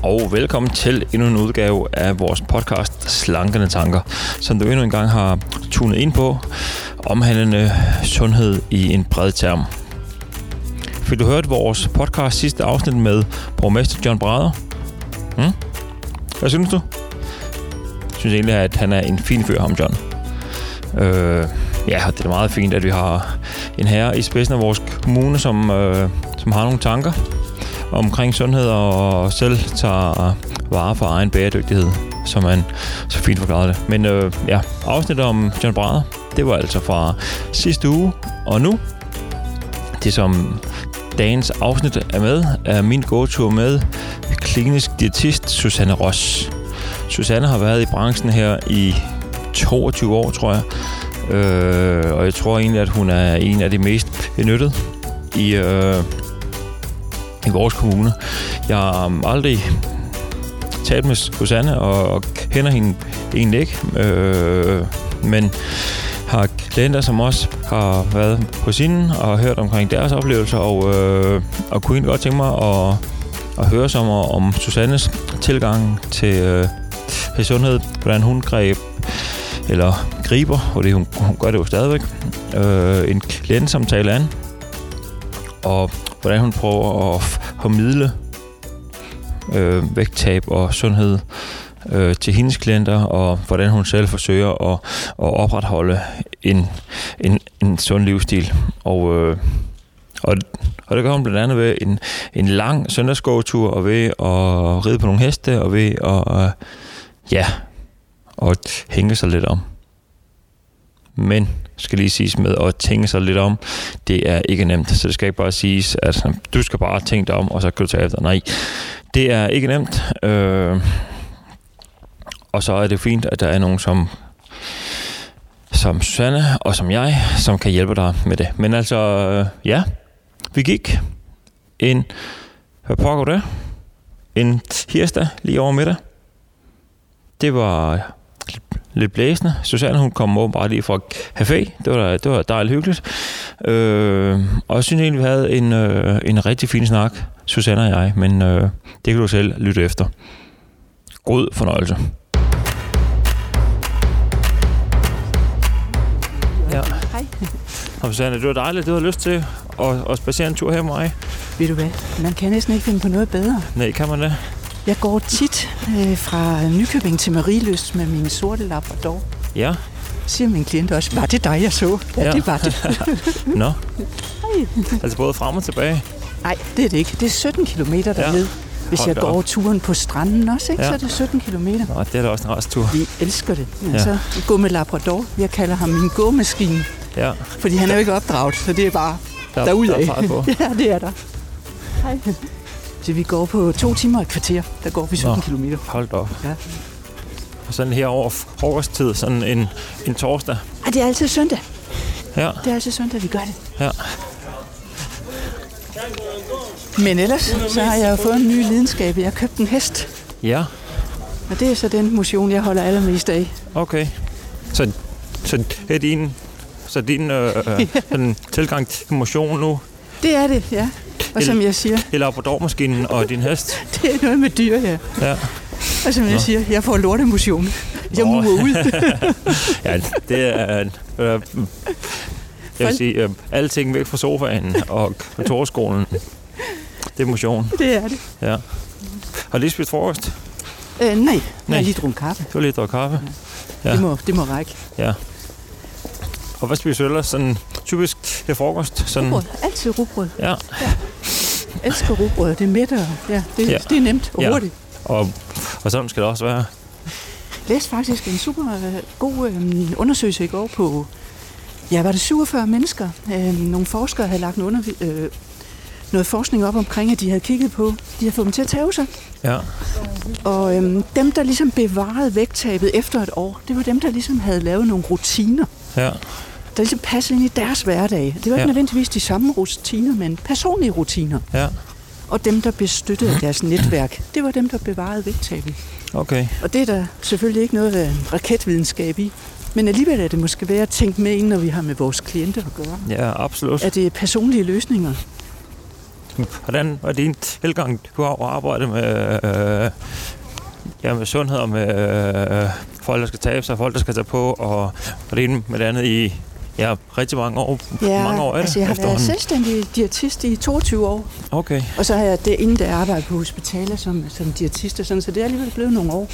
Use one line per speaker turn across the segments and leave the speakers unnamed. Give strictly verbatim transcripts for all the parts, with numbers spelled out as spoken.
og velkommen til endnu en udgave af vores podcast Slankende Tanker, som du endnu en gang har tunet ind på, omhandlende sundhed i en bred term. Fik du hørt vores podcast sidste afsnit med borgmester John Brædder? Hmm? Hvad synes du? Jeg synes egentlig, at han er en fin fyr, ham John. Øh, ja, det er meget fint, at vi har en herre i spidsen af vores kommune, som, øh, som har nogle tanker omkring sundhed og selv tager vare for egen bæredygtighed, som man så fint forklarede det. Men øh, ja, afsnittet om John Brædder, det var altså fra sidste uge, og nu, det som dagens afsnit er med, er min gåtur med klinisk diætist Susanne Ross. Susanne har været i branchen her i toogtyve år, tror jeg, øh, og jeg tror egentlig, at hun er en af de mest benyttede i øh, i vores kommune. Jeg har aldrig talt med Susanne og, og kender hende egentlig ikke, øh, men har klienter, som også har været på sinen og hørt omkring deres oplevelser, og, øh, og kunne egentlig godt tænke mig at, at høre som om Susannes tilgang til, øh, til sundhed, hvordan hun greb eller griber, og det, hun, hun gør det jo stadigvæk, øh, en klientsamtale an, og hvordan hun prøver at formidle øh, vægttab og sundhed øh, til hendes klienter, og hvordan hun selv forsøger at, at opretholde en, en, en sund livsstil. Og, øh, og, og det gør hun blandt andet ved en, en lang søndagsgåtur, og ved at ride på nogle heste, og ved at, øh, ja, at hænge sig lidt om. Men skal lige siges med at tænke sig lidt om, det er ikke nemt. Så det skal ikke bare siges, at du skal bare tænke dig om, og så kan du tage efter. Nej, det er ikke nemt. Øh, og så er det fint, at der er nogen som, som Susanne og som jeg, som kan hjælpe dig med det. Men altså, øh, ja, vi gik en, hvad pågår det? En tirsdag lige over middag. Det var lidt blæsende. Susanne, hun kom åbenbart lige fra café. Det var, det var dejligt hyggeligt. Øh, og jeg synes egentlig, vi havde en, øh, en rigtig fin snak, Susanne og jeg, men øh, det kan du selv lytte efter. God fornøjelse. Ja.
Hej.
Og Susanne, det var dejligt, du havde lyst til at, at spacere en tur her med mig.
Ved du hvad? Man kan næsten ikke finde på noget bedre.
Nej, kan man det?
Jeg går tit øh, fra Nykøbing til Marieløs med min sorte labrador.
Ja.
Siger min klient også, var det dig, jeg så? Ja, ja. Det var det.
Nå. Hej. Altså både frem og tilbage?
Nej, det er det ikke. Det er sytten kilometer dernede. Ja. Hvis Hold jeg går over turen på stranden også, ikke? Ja. Så er det sytten kilometer.
Nå, det er da også en rejstur.
Vi elsker det. Ja. Så gå med labrador. Jeg kalder ham min gåmaskine. Ja. Fordi han er jo ikke opdraget, så det er bare
der,
derudad.
Der er på.
Ja, det er der. Hej. Så vi går på to timer og et kvarter. Der går vi sytten kilometer.
Hold da op.
Ja.
Og sådan her over frokosttid, sådan en, en torsdag.
Ah, det er altid søndag.
Ja.
Det er altid søndag, vi gør det.
Ja.
Men ellers, så har jeg jo fået en ny lidenskab. Jeg har købt en hest.
Ja.
Og det er så den motion, jeg holder allermest af.
Okay. Så, så det er din, så din øh, sådan tilgang til motion nu?
Det er det, ja. Og som jeg siger...
Eller labradormaskinen og din hest?
Det er noget med dyr, ja.
Ja.
Og som Nå. jeg siger, jeg får lortemotion. Jeg må ud.
Ja, det er... Øh, jeg vil sige, øh, alting væk fra sofaen og kontorskolen. Det er motion.
Det er det.
Ja. Har du lige spist frokost?
Øh, nej, nej. Jeg har lige drukket kaffe.
Du har lige drukket kaffe?
Ja. Det, må, det må række.
Ja. Og hvad spiser du ellers? Sådan typisk til frokost? Sådan...
Rugbrød. Altid rugbrød.
Ja.
Ja. Jeg elsker rugbrød. Det er mætter. Ja, det, ja. det er nemt og
ja.
hurtigt.
Og, og sådan skal det også være.
Jeg læste faktisk en super god øh, undersøgelse i går på, ja, var det syvogfyrre mennesker. Øh, nogle forskere havde lagt under, øh, noget forskning op omkring, at de havde kigget på, de havde fået dem til at tage sig.
Ja.
Og øhm, dem, der ligesom bevarede vægttabet efter et år, det var dem, der ligesom havde lavet nogle rutiner.
Ja.
Der ligesom passede ind i deres hverdag. Det var ikke ja. nødvendigvis de samme rutiner, men personlige rutiner.
Ja.
Og dem, der bestøttede mm. deres netværk, det var dem, der bevarede vægttabet.
Okay.
Og det er der selvfølgelig ikke noget af raketvidenskab i. Men alligevel er det måske værd at tænke med ind, når vi har med vores klienter at gøre.
Ja, absolut.
At det er personlige løsninger.
hvordan var din tilgang? Du har jo arbejdet med, øh, ja, med sundhed og med øh, folk, der skal tabe sig, folk, der skal tage på, og, og det ene med det andet i ja, rigtig mange år.
Ja,
mange år er
altså
det,
jeg har været selvstændig diætist i toogtyve år.
Okay.
Og så har jeg det inden der arbejdet på hospitaler som, som diætist og sådan, så det er alligevel blevet nogle år.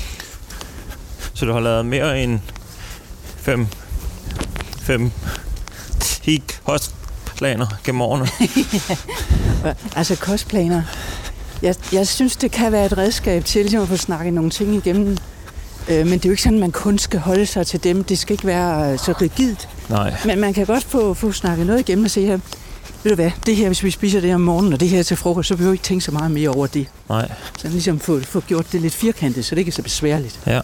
Så du har lavet mere end fem, fem, ti kostplaner gennem årene?
Ja, altså kostplaner. Jeg, jeg synes, det kan være et redskab til ligesom at få snakket nogle ting igennem. Øh, men det er jo ikke sådan, at man kun skal holde sig til dem. Det skal ikke være så rigidt.
Nej.
Men man kan godt få, få snakket noget igennem og se her. Ved du hvad, det her, hvis vi spiser det om morgenen, og det her til frokost, så behøver vi ikke tænke så meget mere over det.
Nej.
Så ligesom få, få gjort det lidt firkantet, så det ikke er så besværligt.
Ja.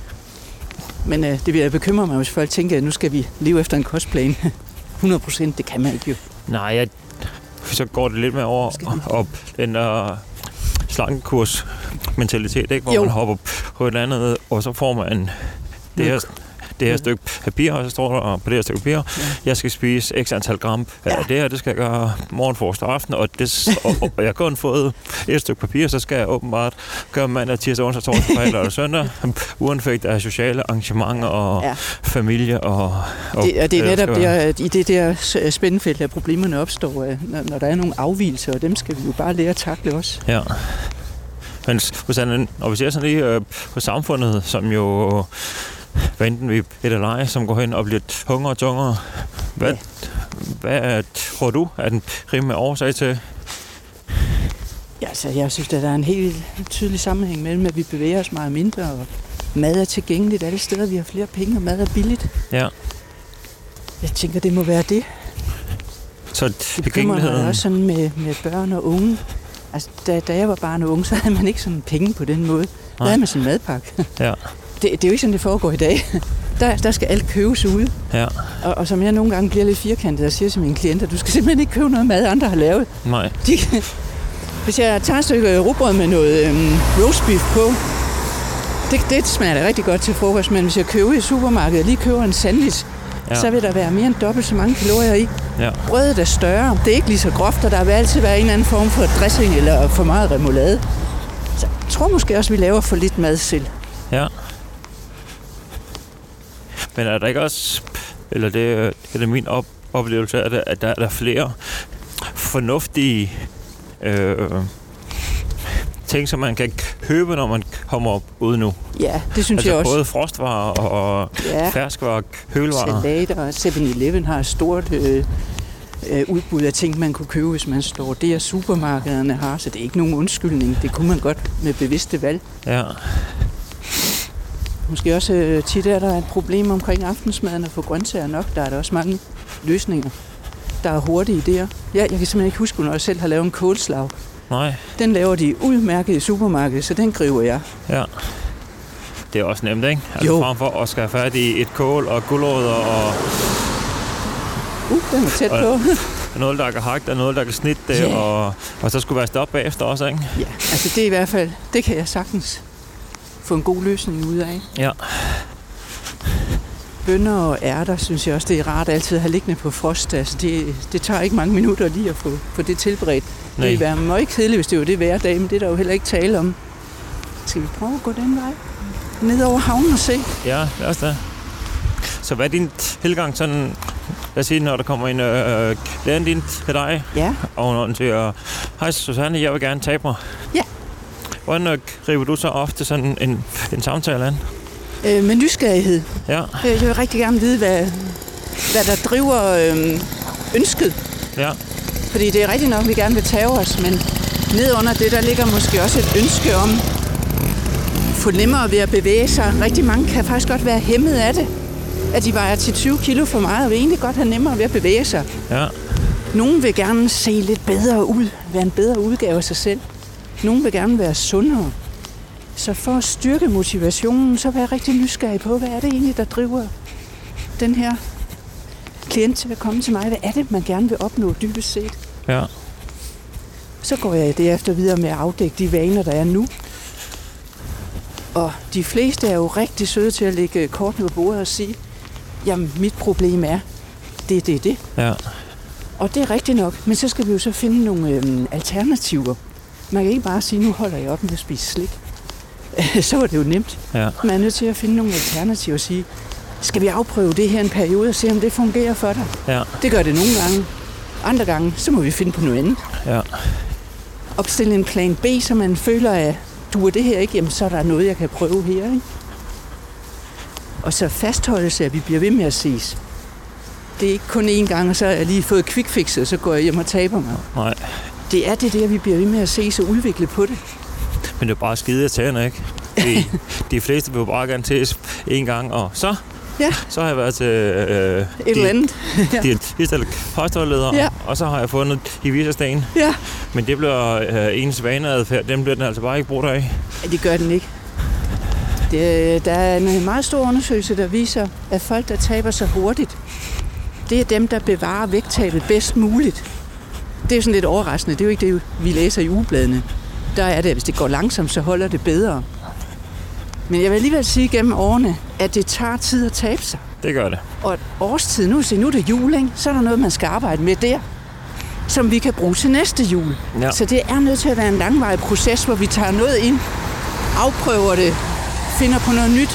Men øh, det vil jeg bekymre mig, hvis folk tænker, at nu skal vi leve efter en kostplan. hundrede procent, det kan man ikke jo.
Nej, jeg, så går det lidt mere over op den der slankekurs mentalitet, ikke? Hvor jo. Man hopper på et andet, og så får man det her, det her stykke papir, og så står der på det her stykke papir, ja. Jeg skal spise x antal gram. Ja. Det her, det skal jeg gøre morgen, forrest og aften, og, det, og, og jeg har kun fået et stykke papir, så skal jeg åbenbart gøre mandag, tirsdag, onsdag, torsdag, fredag og søndag, uanfægt af sociale arrangementer og ja. Familie. Og, og
det, og det er netop der, i det der spændefelt, at problemerne opstår, når, når der er nogle afvigelser, og dem skal vi jo bare lære at takle også.
Ja. Men når vi ser sådan lige øh, på samfundet, som jo hvad enten vi et eller ej, som går hen og bliver tungere og tungere. Hvad, ja. hvad tror du er den primære årsag til?
Ja, altså, jeg synes, at der er en helt tydelig sammenhæng mellem, at vi bevæger os meget mindre, og mad er tilgængeligt alle steder. Vi har flere penge, og mad er billigt.
Ja.
Jeg tænker, det må være det.
Så
det bekymrer mig også sådan med, med børn og unge. Altså, da, da jeg var barn og unge, så havde man ikke sådan penge på den måde. Der havde man sådan en madpakke.
Ja.
Det, det er jo ikke sådan, det foregår i dag. Der, der skal alt købes ude.
Ja.
Og, og som jeg nogle gange bliver lidt firkantet og siger til mine klienter, du skal simpelthen ikke købe noget mad, andre har lavet.
Nej.
De, hvis jeg tager et stykke rugbrød med noget øhm, roast beef på, det, det smager da rigtig godt til frokost, men hvis jeg køber i supermarkedet lige køber en sandwich, ja. Så vil der være mere end dobbelt så mange kalorier i.
Ja.
Brødet er større, det er ikke lige så groft, og der vil altid være en eller anden form for dressing eller for meget remoulade. Så jeg tror måske også, vi laver for lidt mad selv.
Ja. Men er der ikke også, eller det, det er min op, oplevelse, at der, at der er der flere fornuftige øh, ting, som man kan købe, når man kommer ud nu?
Ja, det synes
altså
jeg også.
Både frostvarer og ja. ferskvarer, kølevarer.
Salater og seven eleven har et stort øh, øh, udbud af ting, man kunne købe, hvis man står der. Supermarkederne har, så det er ikke nogen undskyldning. Det kunne man godt med bevidste valg.
Ja.
Måske også øh, tit er der et problem omkring aftensmaden at få grøntsager nok. Der er der også mange løsninger, der er hurtige der. Ja, jeg kan simpelthen ikke huske, når jeg selv har lavet en kålslag.
Nej.
Den laver de udmærket i supermarkedet, så den griber jeg.
Ja. Det er også nemt, ikke? Altså frem for at skal have fat i et kål og gulerødder og...
Uh, den er tæt på.
Og noget, der kan hakke, og noget, der kan snitte det, yeah. og, og så skulle være stop bagefter også, ikke?
Ja, altså det er i hvert fald, det kan jeg sagtens få en god løsning ud af.
Ja.
Bønner og ærter, synes jeg også, det er rart altid at have liggende på frost. Altså det, det tager ikke mange minutter lige at få, få det tilberedt. Nej. Det ville være meget kedeligt, hvis det var det hver dag, men det er der jo heller ikke tale om. Skal vi prøve at gå den vej? Ned over havnen og se?
Ja, det er også det. Så hvad er din tilgang sådan, lad os sige, når der kommer en øh, lærende din til dig?
Ja.
Og når den siger, hej Susanne, jeg vil gerne tabe mig.
Ja.
Hvordan øh, griber du så ofte sådan en, en samtale an?
Øh, med nysgerrighed.
Ja.
Jeg vil rigtig gerne vide, hvad, hvad der driver øh, ønsket.
Ja.
Fordi det er rigtig nok, vi gerne vil tage os, men ned under det, der ligger måske også et ønske om at få nemmere ved at bevæge sig. Rigtig mange kan faktisk godt være hæmmet af det. At de vejer til tyve kilo for meget, og vil egentlig godt have nemmere ved at bevæge sig.
Ja.
Nogle vil gerne se lidt bedre ud, være en bedre udgave af sig selv. Nogle vil gerne være sundere. Så for at styrke motivationen, så er jeg rigtig nysgerrig på, hvad er det egentlig, der driver den her klient til at komme til mig? Hvad er det, man gerne vil opnå dybest set?
Ja.
Så går jeg derefter videre med at afdække de vaner, der er nu. Og de fleste er jo rigtig søde til at lægge kortene på bordet og sige, jamen mit problem er, det er det, det.
Ja.
Og det er rigtigt nok, men så skal vi jo så finde nogle øhm, alternativer. Man kan ikke bare sige, nu holder jeg op med at spise slik. Så var det jo nemt.
Ja.
Man er nødt til at finde nogle alternativer og sige, skal vi afprøve det her en periode og se, om det fungerer for dig?
Ja.
Det gør det nogle gange. Andre gange, så må vi finde på noget andet.
Ja.
Opstille en plan B, så man føler, at du er det her ikke, jamen så er der noget, jeg kan prøve her. Ikke? Og så fastholdelse, at vi bliver ved med at ses. Det er ikke kun én gang, og så har jeg lige fået quick fix, og så går jeg hjem og taber mig.
Nej.
Det er det der, vi bliver ved med at ses og udvikle på det.
Men det er bare skide irriterende, ikke? De, de fleste vil jo bare gerne ses en gang, og så,
ja.
så har jeg været til øh,
et de, eller andet.
Ja. De de højstårledere, ja. Og så har jeg fundet i visersten.
Ja.
Men det bliver øh, ens vaneadfærd, den bliver den altså bare ikke brugt af.
Ja, det gør den ikke. Det, der er en meget stor undersøgelse, der viser, at folk, der taber sig hurtigt, det er dem, der bevarer vægttabet bedst muligt. Det er sådan lidt overraskende. Det er jo ikke det, vi læser i ugebladene. Der er det, at hvis det går langsomt, så holder det bedre. Men jeg vil alligevel sige gennem årene, at det tager tid at tabe sig.
Det gør det.
Og et årstid, nu, nu er det jul, ikke? Så er der noget, man skal arbejde med der, som vi kan bruge til næste jul.
Ja.
Så det er nødt til at være en langvarig proces, hvor vi tager noget ind, afprøver det, finder på noget nyt.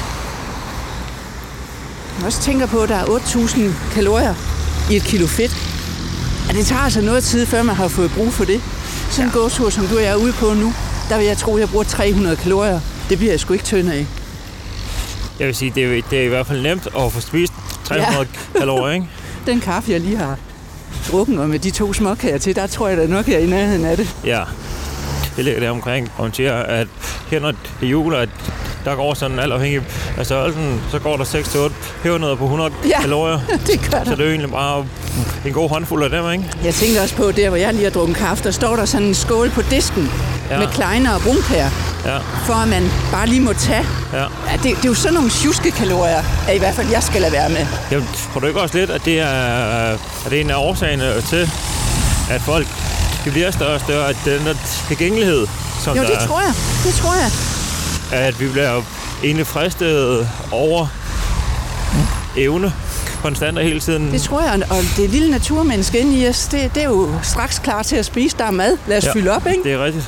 Jeg også tænker på, at der er otte tusind kalorier i et kilo fedt. Og det tager altså noget tid, før man har fået brug for det. Sådan en ja. gåtur, som du og jeg er ude på nu, der vil jeg tro, at jeg bruger tre hundrede kalorier. Det bliver jeg sgu ikke tynd af.
Jeg vil sige, det er, det er i hvert fald nemt at få spist tre hundrede ja. kalorier, ikke?
Den kaffe, jeg lige har drukket, og med de to småkager til, der tror jeg da nok, jeg er i nærheden af det.
Ja, det ligger der omkring. Og man siger, at her når det er jul, at der går sådan alt afhængig af størrelsen, så går der seks til otte pebernødder på hundrede
ja,
kalorier.
det gør der.
Så det er jo egentlig bare en god håndfuld af dem, ikke?
Jeg tænker også på, der hvor jeg lige har drukket kaffe, der står der sådan en skål på disken ja. med kleiner og brunpær, ja. for at man bare lige må tage. Ja. Ja, det, det er jo sådan nogle tjuskekalorier, at i hvert fald jeg skal lade være med.
Jamen, tror du ikke også lidt, at det er, at det er en af årsagerne til, at folk det bliver større og større, at den der tilgængelighed, som
jo,
der
det tror jeg. Det tror jeg.
At vi bliver egentlig fristet over evne konstant og hele tiden.
Det tror jeg, og det lille naturmenneske inde i os, det, det er jo straks klar til at spise. Der er mad. Lad os ja, fylde op, ikke?
Det er rigtigt.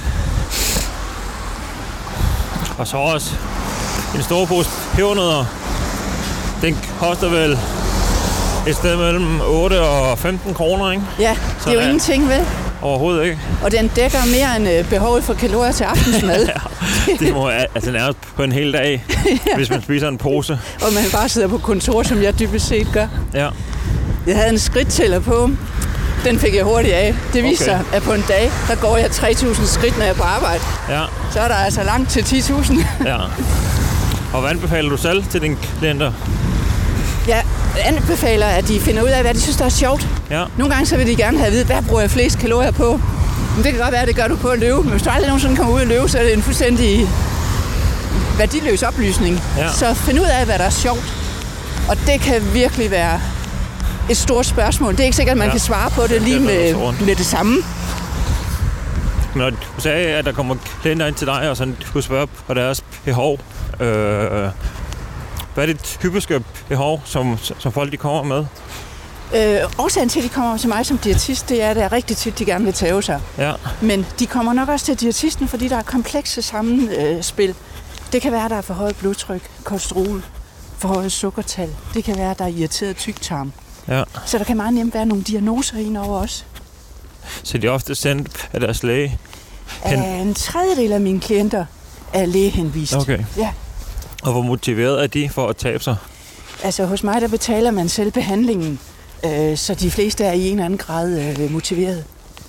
Og så også en stor pose pebernødder. Den koster vel et sted mellem otte og femten kroner, ikke?
Ja, det er jo ingenting, vel?
Overhovedet ikke.
Og den dækker mere end behovet for kalorier til aftensmad.
Ja, det må altså nærmest på en hel dag, ja. hvis man spiser en pose.
Og man bare sidder på kontor, som jeg dybest set gør.
Ja.
Jeg havde en skridttæller på. Den fik jeg hurtigt af. Det viser okay. at på en dag, der går jeg tre tusind skridt, når jeg er på arbejde.
Ja.
Så er der altså langt til ti tusind.
Ja. Og hvad anbefaler du selv til dine klienter?
Jeg anbefaler, at de finder ud af, hvad de synes, der er sjovt. Ja. Nogle gange så vil de gerne have at vide, hvad bruger jeg flest kalorier på. Men det kan godt være, at det gør du på at løbe. Men hvis du aldrig nogensinde kommer ud og løbe, så er det en fuldstændig værdiløs oplysning. Ja. Så find ud af, hvad der er sjovt. Og det kan virkelig være et stort spørgsmål. Det er ikke sikkert, at man ja. kan svare på det lige det med, med det samme.
Men når du sagde, at der kommer klienter ind til dig, og sådan, du spørger på deres behov. Øh, hvad er det typiske behov, som, som folk de kommer med?
Øh, årsagen til, at de kommer til mig som diætist, det er, at det er rigtig tit, de gerne vil tage sig. Ja. Men de kommer nok også til diætisten, fordi der er komplekse sammenspil. Det kan være, at der er for højt blodtryk, kolesterol, for højt sukkertal. Det kan være, at der er irriteret tyktarm. Ja. Så der kan meget nemt være nogle diagnoser ind over os.
Så de er ofte sendt af deres læge?
Hen... En tredjedel af mine klienter er lægehenvist.
Okay.
Ja.
Og hvor motiveret er de for at tabe sig?
Altså hos mig, der betaler man selv behandlingen, øh, så de fleste er i en eller anden grad øh, motiveret.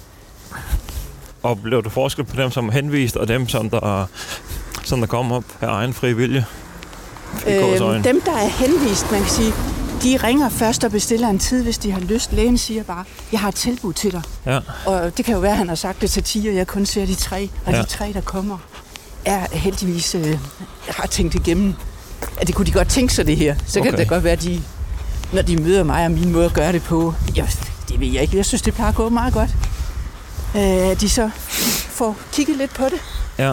Og blev du forskel på dem, som er henvist, og dem, som der, som der kommer op af egen fri vilje?
Øh, dem, der er henvist, man kan sige, de ringer først og bestiller en tid, hvis de har lyst. Lægen siger bare, jeg har et tilbud til dig. Ja. Og det kan jo være, at han har sagt det til ti, og jeg kun ser de tre. Og ja. de tre, der kommer, er heldigvis øh, har tænkt igennem, at det kunne de godt tænke sig det her. Så okay. kan det godt være, at de, når de møder mig og min måde at gøre det på, ja, det ved jeg ikke. Jeg synes, det plejer at gå meget godt. Øh, de så får kigget lidt på det. Ja.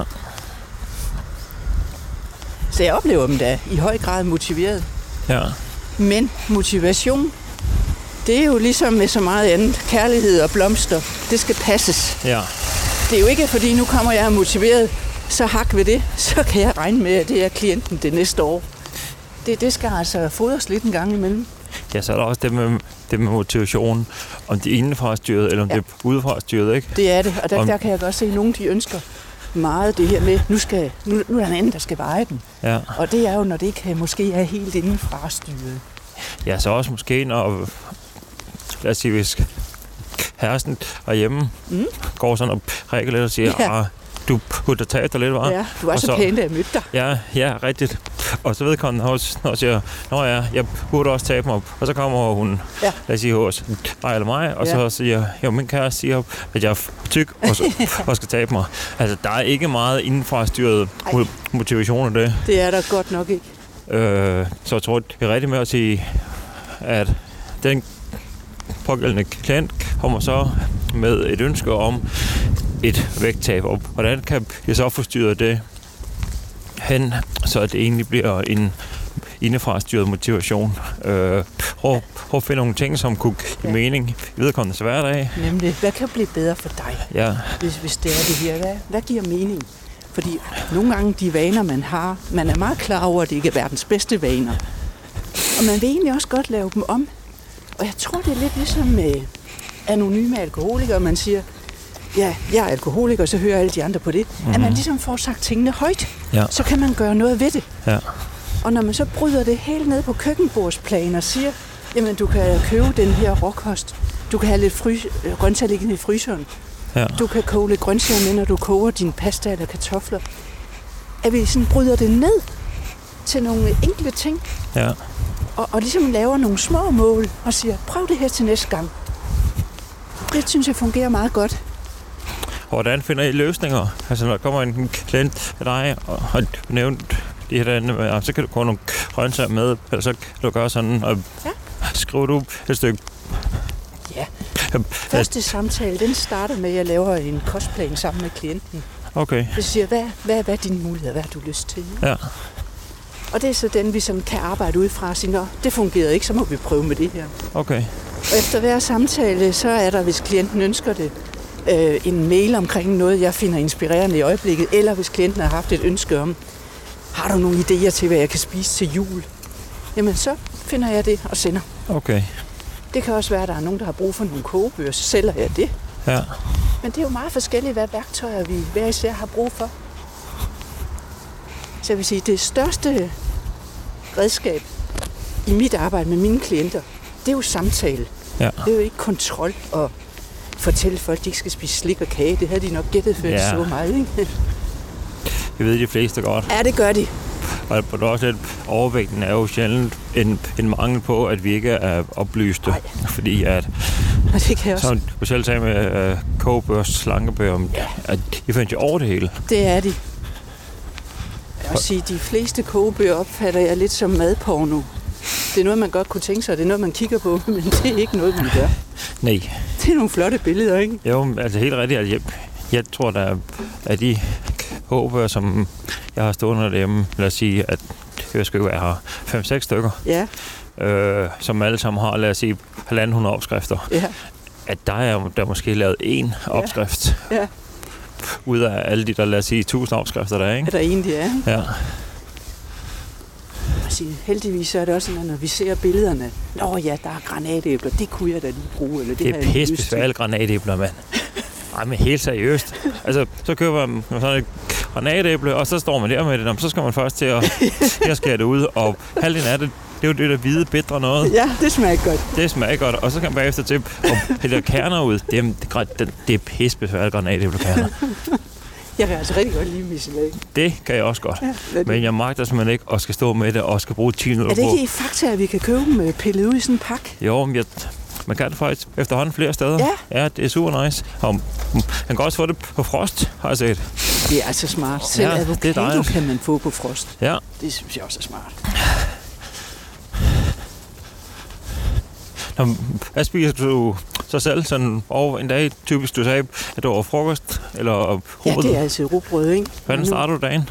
Så jeg oplever dem da i høj grad motiveret. Ja. Men motivation, Det er jo ligesom med så meget andet. Kærlighed og blomster, det skal passes.
Ja.
Det er jo ikke, fordi nu kommer jeg motiveret, så hak ved det. Så kan jeg regne med, at det er klienten det næste år. Det, det skal altså fodres lidt en gang imellem.
Ja, så er der også det med, det med motivationen. Om det er indenfra styret, eller om ja. det er udefra styret, ikke?
Det er det, og der,
om...
der kan jeg godt se, at nogle de ønsker meget det her med, nu, skal, nu, nu er der en anden, der skal veje den.
Ja.
Og det er jo, når det ikke måske er helt indenfra styret.
Ja, så også måske, når, lad os sige, hvis herresten herhjemme mm. går sådan og rækker lidt og siger, ja. ah, du burde tage dig lidt, var.
Ja, du var så, så pæn, da jeg mødte dig.
Ja, ja, rigtigt. Og så vedkommende også, når jeg siger, nå ja, jeg burde også tabe mig. Og så kommer hun, ja. lad os sige hos mig eller mig, og ja. så siger jo, min kæreste siger, at jeg er tyk og, så, og skal tabe mig. Altså, der er ikke meget indenfra styret motivation af det.
Det er der godt nok ikke.
Øh, så jeg tror, det er rigtigt med at sige, at den pågældende klient kommer så med et ønske om et vægttab. Og hvordan kan jeg så få styret det hen, så det egentlig bliver en indefra styret motivation? Øh, prøv, prøv at finde nogle ting, som kunne give ja. mening i vedkommendes hverdag.
Nemlig, hvad kan blive bedre for dig,
ja.
hvis, hvis det er det her? Hvad, hvad giver mening? Fordi nogle gange de vaner, man har, man er meget klar over, at det ikke er verdens bedste vaner. Og man vil egentlig også godt lave dem om. Og jeg tror, det er lidt ligesom med anonyme alkoholikere. Man siger, ja, jeg er alkoholiker, og så hører alle de andre på det. Mm-hmm. At man ligesom får sagt tingene højt, ja. så kan man gøre noget ved det.
Ja.
Og når man så bryder det helt ned på køkkenbordsplan og siger, jamen du kan købe den her råkost, du kan have lidt fry- grøntsager liggende i fryseren, ja. du kan koge lidt grøntsager med, når du koger din pasta eller kartofler. At vi sådan bryder det ned til nogle enkle ting,
ja.
og, og ligesom laver nogle små mål og siger, prøv det her til næste gang. Det synes jeg fungerer meget godt.
Hvordan finder I løsninger? Altså når der kommer en klient af dig og har nævnt de her dage, så kan du gå nogle grøntsager med, eller så kan du gøre sådan, og ja. skriver du et stykke.
Ja. Første samtale, den starter med, at jeg laver en kostplan sammen med klienten.
Okay.
Jeg siger, hvad, hvad, hvad er dine muligheder? Hvad har du lyst til?
Ja.
Og det er så den, vi som kan arbejde ud fra og sige, nå, det fungerede ikke, så må vi prøve med det her.
Okay.
Og efter hver samtale, så er der, hvis klienten ønsker det, øh, en mail omkring noget, jeg finder inspirerende i øjeblikket, eller hvis klienten har haft et ønske om, har du nogle idéer til, hvad jeg kan spise til jul? Jamen, så finder jeg det og sender.
Okay.
Det kan også være, at der er nogen, der har brug for nogle kogebøger, så sælger jeg det.
Ja.
Men det er jo meget forskelligt, hvad værktøjer vi hver især har brug for. Så jeg vil sige, det største redskab i mit arbejde med mine klienter, det er jo samtale.
Ja.
Det er jo ikke kontrol og fortælle folk, at de ikke skal spise slik og kage. Det havde de nok gættet før, ja. så meget, ikke?
Det ved de fleste godt.
Ja, det gør de.
Og på det også lidt, overvægten er jo sjældent en, en mangel på, at vi ikke er oplyste. Nej. Fordi at,
og det kan jeg også.
Som du selv sagde med uh, kogebøger, slankebøger, ja. at de finder jo over det hele.
Det er de. Jeg vil sige, de fleste kogebøger opfatter jeg lidt som madporno. Det er noget, man godt kunne tænke sig, det er noget, man kigger på, men det er ikke noget, man gør.
Nej.
Det er nogle flotte billeder, ikke?
Jo, altså helt rigtigt. Jeg, jeg tror, der er de kogebøger, som jeg har stående derhjemme, lad os sige, at jeg skal være her fem seks stykker,
ja.
øh, som alle sammen har, lad os sige, halvanden hundrede opskrifter.
Ja. At
der er der måske lavet én opskrift.
Ja. Ja.
Ud af alle de der, lad os sige, tusind opskrifter, der er, ikke?
Er der egentlig er, ikke?
Ja.
Sige, heldigvis så er det også sådan, at når vi ser billederne, nå ja, der er granatæbler, det kunne jeg da lige bruge. Eller det,
det er pisse besværlige granatæbler, mand. Ej, men helt seriøst. Altså, så køber man sådan et granatæble, og så står man der med det, så skal man først til at, at skære det ud, og halvdelen af det, det er jo det der hvide, bitre noget.
Ja, det smager godt.
Det smager godt, og så kan man bagefter til at pille kerner ud. Det er, det, det er pisse besværlige granatæblekerner.
Jeg kan altså rigtig godt lide misselag.
Det kan jeg også godt. Ja, men jeg magter simpelthen ikke at skal stå med det og skal bruge ti minutter på.
Er det ikke i Fakta, at vi kan købe dem pillet ud i sådan en pakke?
Jo, men jeg, man kan det faktisk efterhånden flere steder.
Ja.
Ja, det er super nice. Og man kan også få det på frost, har jeg set.
Det er altså smart. Selv ja, avocado kan man få på frost.
Ja.
Det synes jeg også er smart.
Nå, hvad spiser du så selv sådan over en dag? Typisk du sagde, at det var frokost eller rugbrød?
Ja, det er altså rugbrød, ikke?
Hvordan starter du dagen?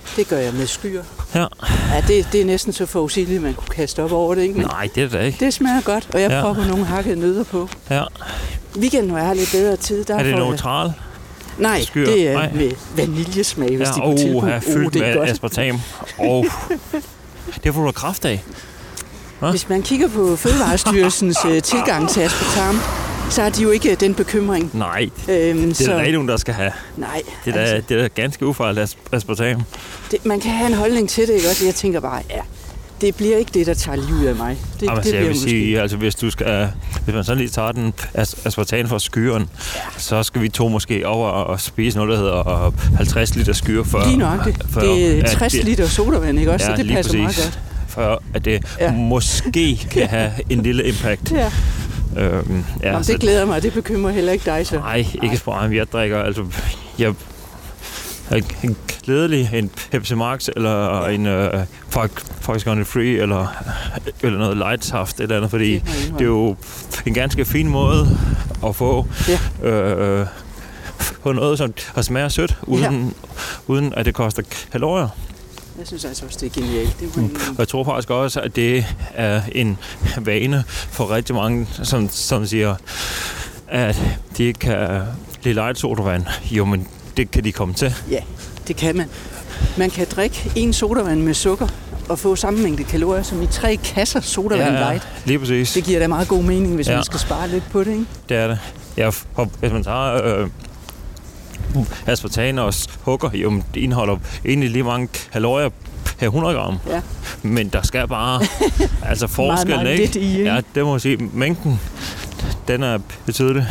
Det gør jeg med skyer.
Ja.
Ja, det, det er næsten så forudsigeligt, man kunne kaste op over det, ikke? Men
Nej, det er det da ikke.
det smager godt, og jeg
Ja.
propper nogle hakkede nødder på.
Ja.
Weekenden, hvor jeg har lidt bedre tid, der
Er det
får jeg-
neutral?
Nej,
skyer?
det er
Nej.
med vaniljesmag, hvis
Ja,
de kunne
åh,
tilbyde.
her er fyldt
det er
med
godt.
aspartam. Oh. Det får du kraft af. Hva?
Hvis man kigger på Fødevarestyrelsens øh, tilgang til aspartam, så har de jo ikke den bekymring.
Nej,
Øhm,
det er der ikke nogen, der skal have.
Nej,
Det er, altså, det er da ganske ufarligt as- aspartam.
det, man kan have en holdning til det, ikke også? Jeg tænker bare, ja, det bliver ikke det, der tager livet af mig. Det,
Jamen,
det
så jeg vil
måske.
sige, altså hvis du skal, hvis man sådan lige tager den as- aspartam fra skyren, ja. så skal vi to måske over og spise noget, der hedder halvtreds liter skyre før.
Lige nøjagtigt.
før
Det er
at
tres liter sodavand, ikke også?
Ja,
Så det
lige
passer
præcis.
meget godt.
For at det
Ja.
ja. måske kan have en lille impact.
Ja.
Øhm, ja,
Jamen,
så-
det glæder mig, det bekymrer heller ikke dig så.
Nej, ikke så meget. Jeg drikker, altså, jeg en glædelig en Pepsi Max, eller en øh, faktisk en Free, eller, eller noget light saft, eller andet, fordi
Det må jeg indrømme.
det er jo en ganske fin måde at få
Ja.
øh, på noget, som har smager sødt, uden, ja. uden at det koster kalorier.
Jeg synes altså også, det er genialt. Det må jeg indrømme.
Og jeg tror faktisk også, at det er en vane for rigtig mange, som, som siger, at de ikke kan lide light sodavand. Jo, men det kan de komme til.
Ja, det kan man. Man kan drikke en sodavand med sukker og få samme mængde kalorier som i tre kasser sodavand
ja,
light.
lige præcis.
Det giver da meget god mening, hvis
Ja.
man skal spare lidt på det, ikke?
Det er det. Ja, for hvis man tager øh, aspartam og hugger, jo, men det indeholder egentlig lige mange kalorier per hundrede gram.
Ja.
Men der skal bare altså forskel,
meget
ikke?
lidt i, ikke?
Ja, det må jeg sige. Mængden, den er betydelig.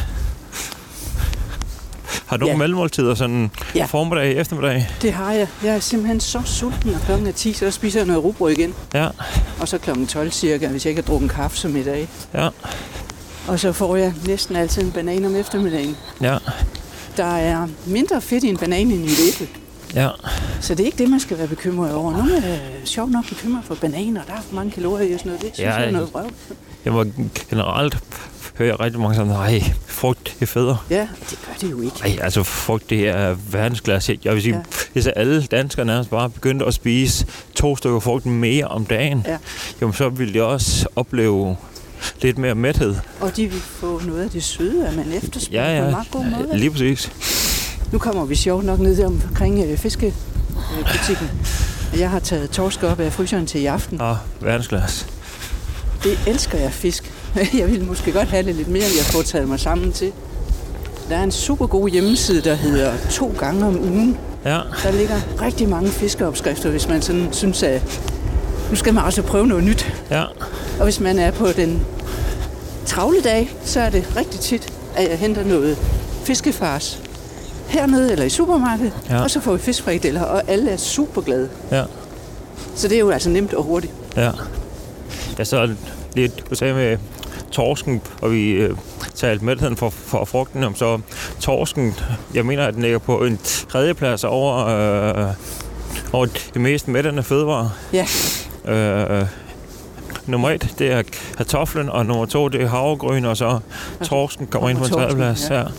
Har du
Ja.
nogle mellemmåltider, sådan
Ja.
formiddag, eftermiddag?
Det har jeg. Jeg er simpelthen så sulten, og klokken er ti, så spiser jeg noget rugbrød igen.
Ja,
Og så klokken tolv cirka, hvis jeg ikke har drukket kaffe som i dag.
ja,
Og så får jeg næsten altid en banan om eftermiddagen.
ja,
Der er mindre fedt i en banan end i et æble.
ja.
Så det er ikke det, man skal være bekymret over. Nogle er sjovt nok bekymret for bananer. Der er for mange kalorier i og sådan noget. Det synes
Ja,
jeg er noget vrøv.
Jeg må generelt høre rigtig mange sådan, nej, frugt det er federe.
Ja, det gør det jo ikke.
Ej, altså frugt, det er verdensklasse. Jeg vil sige,
Ja.
ja. hvis alle danskere nærmest bare begyndte at spise to stykker frugt mere om dagen,
Ja.
jamen, så ville de også opleve lidt mere mæthed.
Og de vil få noget af det søde, at man efterspørger
Ja, ja.
på en meget god måde.
Lige præcis.
Nu kommer vi sjovt nok ned omkring øh, fiskebutikken. Jeg har taget torsk op af fryseren til i aften.
Ah, verdensklasse.
Det elsker jeg fisk. Jeg ville måske godt have det lidt mere, end jeg får taget mig sammen til. Der er en super god hjemmeside, der hedder To gange om ugen.
Ja,
Der ligger rigtig mange fiskeopskrifter, hvis man sådan synes, at nu skal man også prøve noget nyt.
ja,
Og hvis man er på den travle dag, så er det rigtig tit, at jeg henter noget fiskefars hernede eller i supermarkedet,
Ja.
og så får vi fiskfrikadeller, og alle er super glade.
ja,
Så det er jo altså nemt og hurtigt.
ja. Jeg så lidt, du sagde med torsken, og vi øh, talte mætheden for, for frugten, om så torsken, jeg mener, at den ligger på en tredjeplads over, øh, over de mest mættende fødevarer.
Ja,
Øh, nummer et, det er kartoflen, og nummer to, det er havregryn, og så torsken kommer ind på en
torsken,
tredjeplads.
ja.
Ja.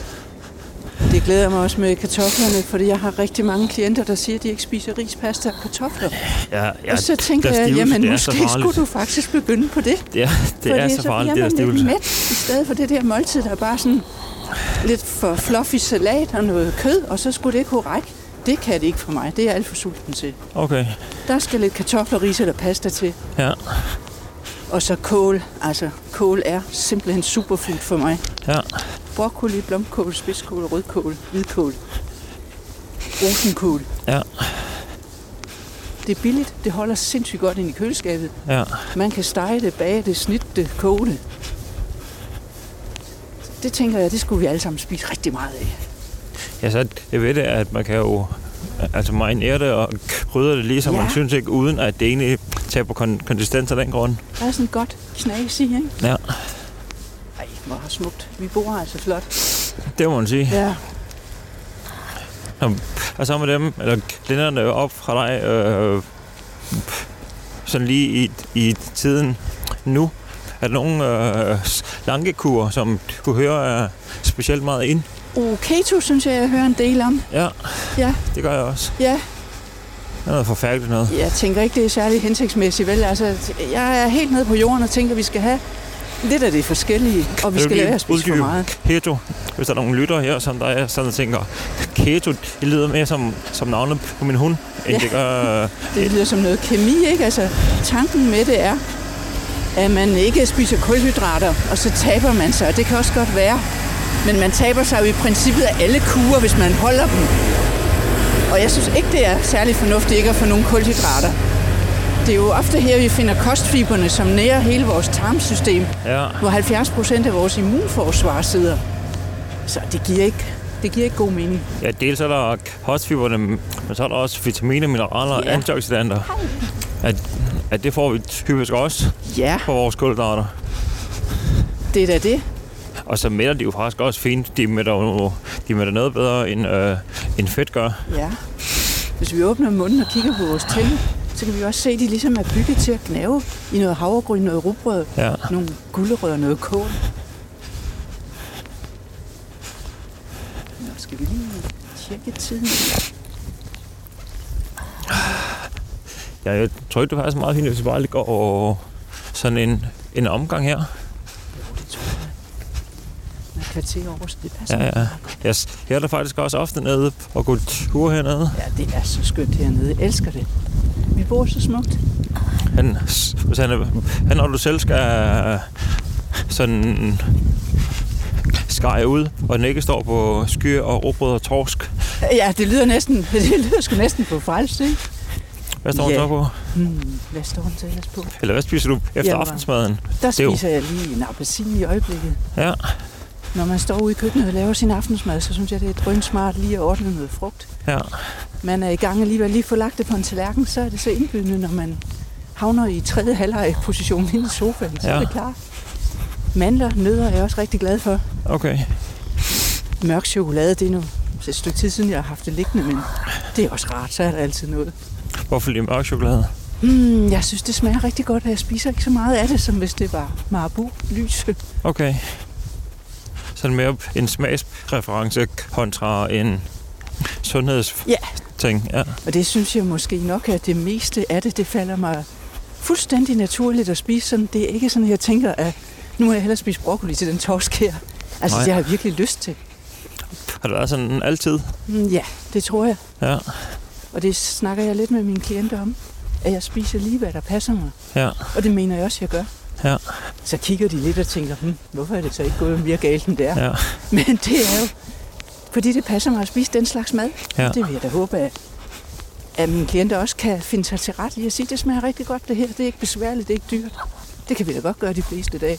det glæder mig også med kartoflerne, fordi jeg har rigtig mange klienter, der siger, at de ikke spiser ris, pasta og kartofler.
Ja, ja,
Og så tænker
der
jeg,
stivelse,
jamen
det er så
måske
farligt.
skulle du faktisk begynde på det.
Ja, det er så farligt, det der
bliver man lidt
stivelse.
mæt, i stedet for det der måltid, der er bare sådan lidt for fluffy salat og noget kød, og så skulle det kunne række. Det kan det ikke for mig. Det er jeg alt for sulten til.
Okay,
Der skal lidt kartofler, ris eller pasta til.
ja,
Og så kål. Altså, kål er simpelthen superfood for mig.
ja,
Broccoli, blomkål, spidskål, rødkål, hvidkål, rosenkål.
ja,
Det er billigt. Det holder sindssygt godt ind i køleskabet.
ja.
Man kan stege det, bage det, snitte det, koge det. Det tænker jeg, det skulle vi alle sammen spise rigtig meget af.
Ja, så jeg ved det, at man kan jo altså marinere det og krydre det lige, som
Ja.
man synes ikke, uden at det egentlig taber kon- konsistens af den grund.
Der er sådan godt knas i, ikke?
Ja,
Ej, hvor smukt. Vi bor altså flot.
det må man sige.
Ja.
Og så med dem, eller linderne op fra dig, øh, sådan lige i, i tiden nu, er der nogle øh, slankekurer, som du hører er specielt meget ind?
Og keto, synes jeg, jeg hører en del om.
Ja,
Ja,
det gør jeg også.
ja.
Det er noget forfærdeligt noget.
Jeg tænker ikke, det er særlig hensigtsmæssigt, vel? Altså, jeg er helt nede på jorden og tænker, at vi skal have lidt af det forskellige, og vi skal lade være at spise for meget.
Keto, hvis der er nogle lytter her, som der er sådan og tænker, keto, det lyder mere som, som navnet på min hund, end ja. det gør...
Det lyder som noget kemi, ikke? Altså, tanken med det er, at man ikke spiser kulhydrater, og så taber man sig, og det kan også godt være. Men man taber sig jo i princippet af alle kurer, hvis man holder dem. Og jeg synes ikke, det er særlig fornuftigt ikke at få nogle kulhydrater. Det er jo ofte her, vi finder kostfiberne, som nærer hele vores tarmsystem,
ja.
hvor halvfjerds procent af vores immunforsvar sidder. Så det giver ikke, det giver ikke god mening.
Ja, dels er der kostfiberne, men så er der også vitaminer, mineraler og ja. antioxidanter. At, at det får vi typisk også
ja.
på vores kulhydrater.
Det er da det.
Og så mætter de jo faktisk også fint. De mætter, jo, de mætter noget bedre, end, øh, end fedt gør.
Ja. Hvis vi åbner munden og kigger på vores tænder, så kan vi også se, at de ligesom er bygget til at gnave i noget havregryn, noget rugbrød,
ja.
nogle gulerødder, noget kål. Nå, skal vi lige tjekke tiden?
Ja, jeg tror ikke, det er faktisk meget fint, hvis vi bare lige går og sådan en, en omgang her.
Kvarter over, så det passer.
Ja, ja. Yes. Her er der faktisk også ofte nede og gå tur hernede.
Ja, det er så skønt hernede. Jeg elsker det. Vi bor så smukt.
Han, hvis han, er, han når du selv skal sådan skære ud, og den ikke står på skyr og rugbrød og torsk.
Ja, det lyder næsten, det lyder sgu næsten på frelst, ikke?
Hvad står ja. han så på?
Hmm, hvad står han så ellers på?
Eller hvad spiser du efter Jamen, aftensmaden?
Der spiser jo... jeg lige en appelsin i øjeblikket.
Ja.
Når man står ude i køkkenet og laver sin aftensmad, så synes jeg, det er drønsmart lige at ordne noget frugt.
Ja.
Man er i gang alligevel lige få lagt det på en tallerken, så er det så indbydende, når man havner i tredje halvleg position inde i sofaen, så ja. er det klart. Mandler, nødder er jeg også rigtig glad for.
Okay.
Mørk chokolade, det er nu et stykke tid siden, jeg har haft det liggende, men det er også rart, så er der altid noget.
Hvorfor lige mørk chokolade?
Mm, jeg synes, det smager rigtig godt, og jeg spiser ikke så meget af det, som hvis det var Marabou-lys.
Okay. Sådan mere en smagsreference kontra en sundhedsting.
Ja. ja, og det synes jeg måske nok, at det meste af det, det falder mig fuldstændig naturligt at spise. Sådan, det er ikke sådan, at jeg tænker, at nu må jeg hellere spise broccoli til den torsk her. Altså, Nej. det har jeg virkelig lyst til.
Har det været sådan altid?
Mm, ja, det tror jeg.
Ja.
Og det snakker jeg lidt med mine klienter om, at jeg spiser lige, hvad der passer mig.
Ja.
Og det mener jeg også, jeg gør.
Ja.
Så kigger de lidt og tænker, hm, hvorfor er det så ikke gået mere galt end det er?
Ja.
Men det er jo, fordi det passer mig at spise den slags mad.
Ja.
Det vil jeg da håbe, at, at mine klienter også kan finde sig til ret i at sige, det smager rigtig godt det her. Det er ikke besværligt, det er ikke dyrt. Det kan vi da godt gøre de fleste dage.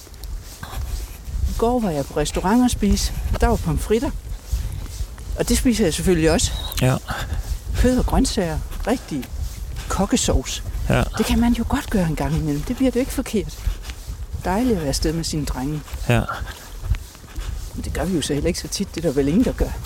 I går var jeg på restaurant og spise, og der var pomfritter. Og det spiser jeg selvfølgelig også.
Ja.
Kød og grøntsager. Rigtig kokkesauce.
Ja.
Det kan man jo godt gøre en gang imellem. Det bliver det ikke forkert. Dejligt at være afsted med sine drenge.
Ja.
Men det gør vi jo så heller ikke så tit. Det er der vel ingen, der gør.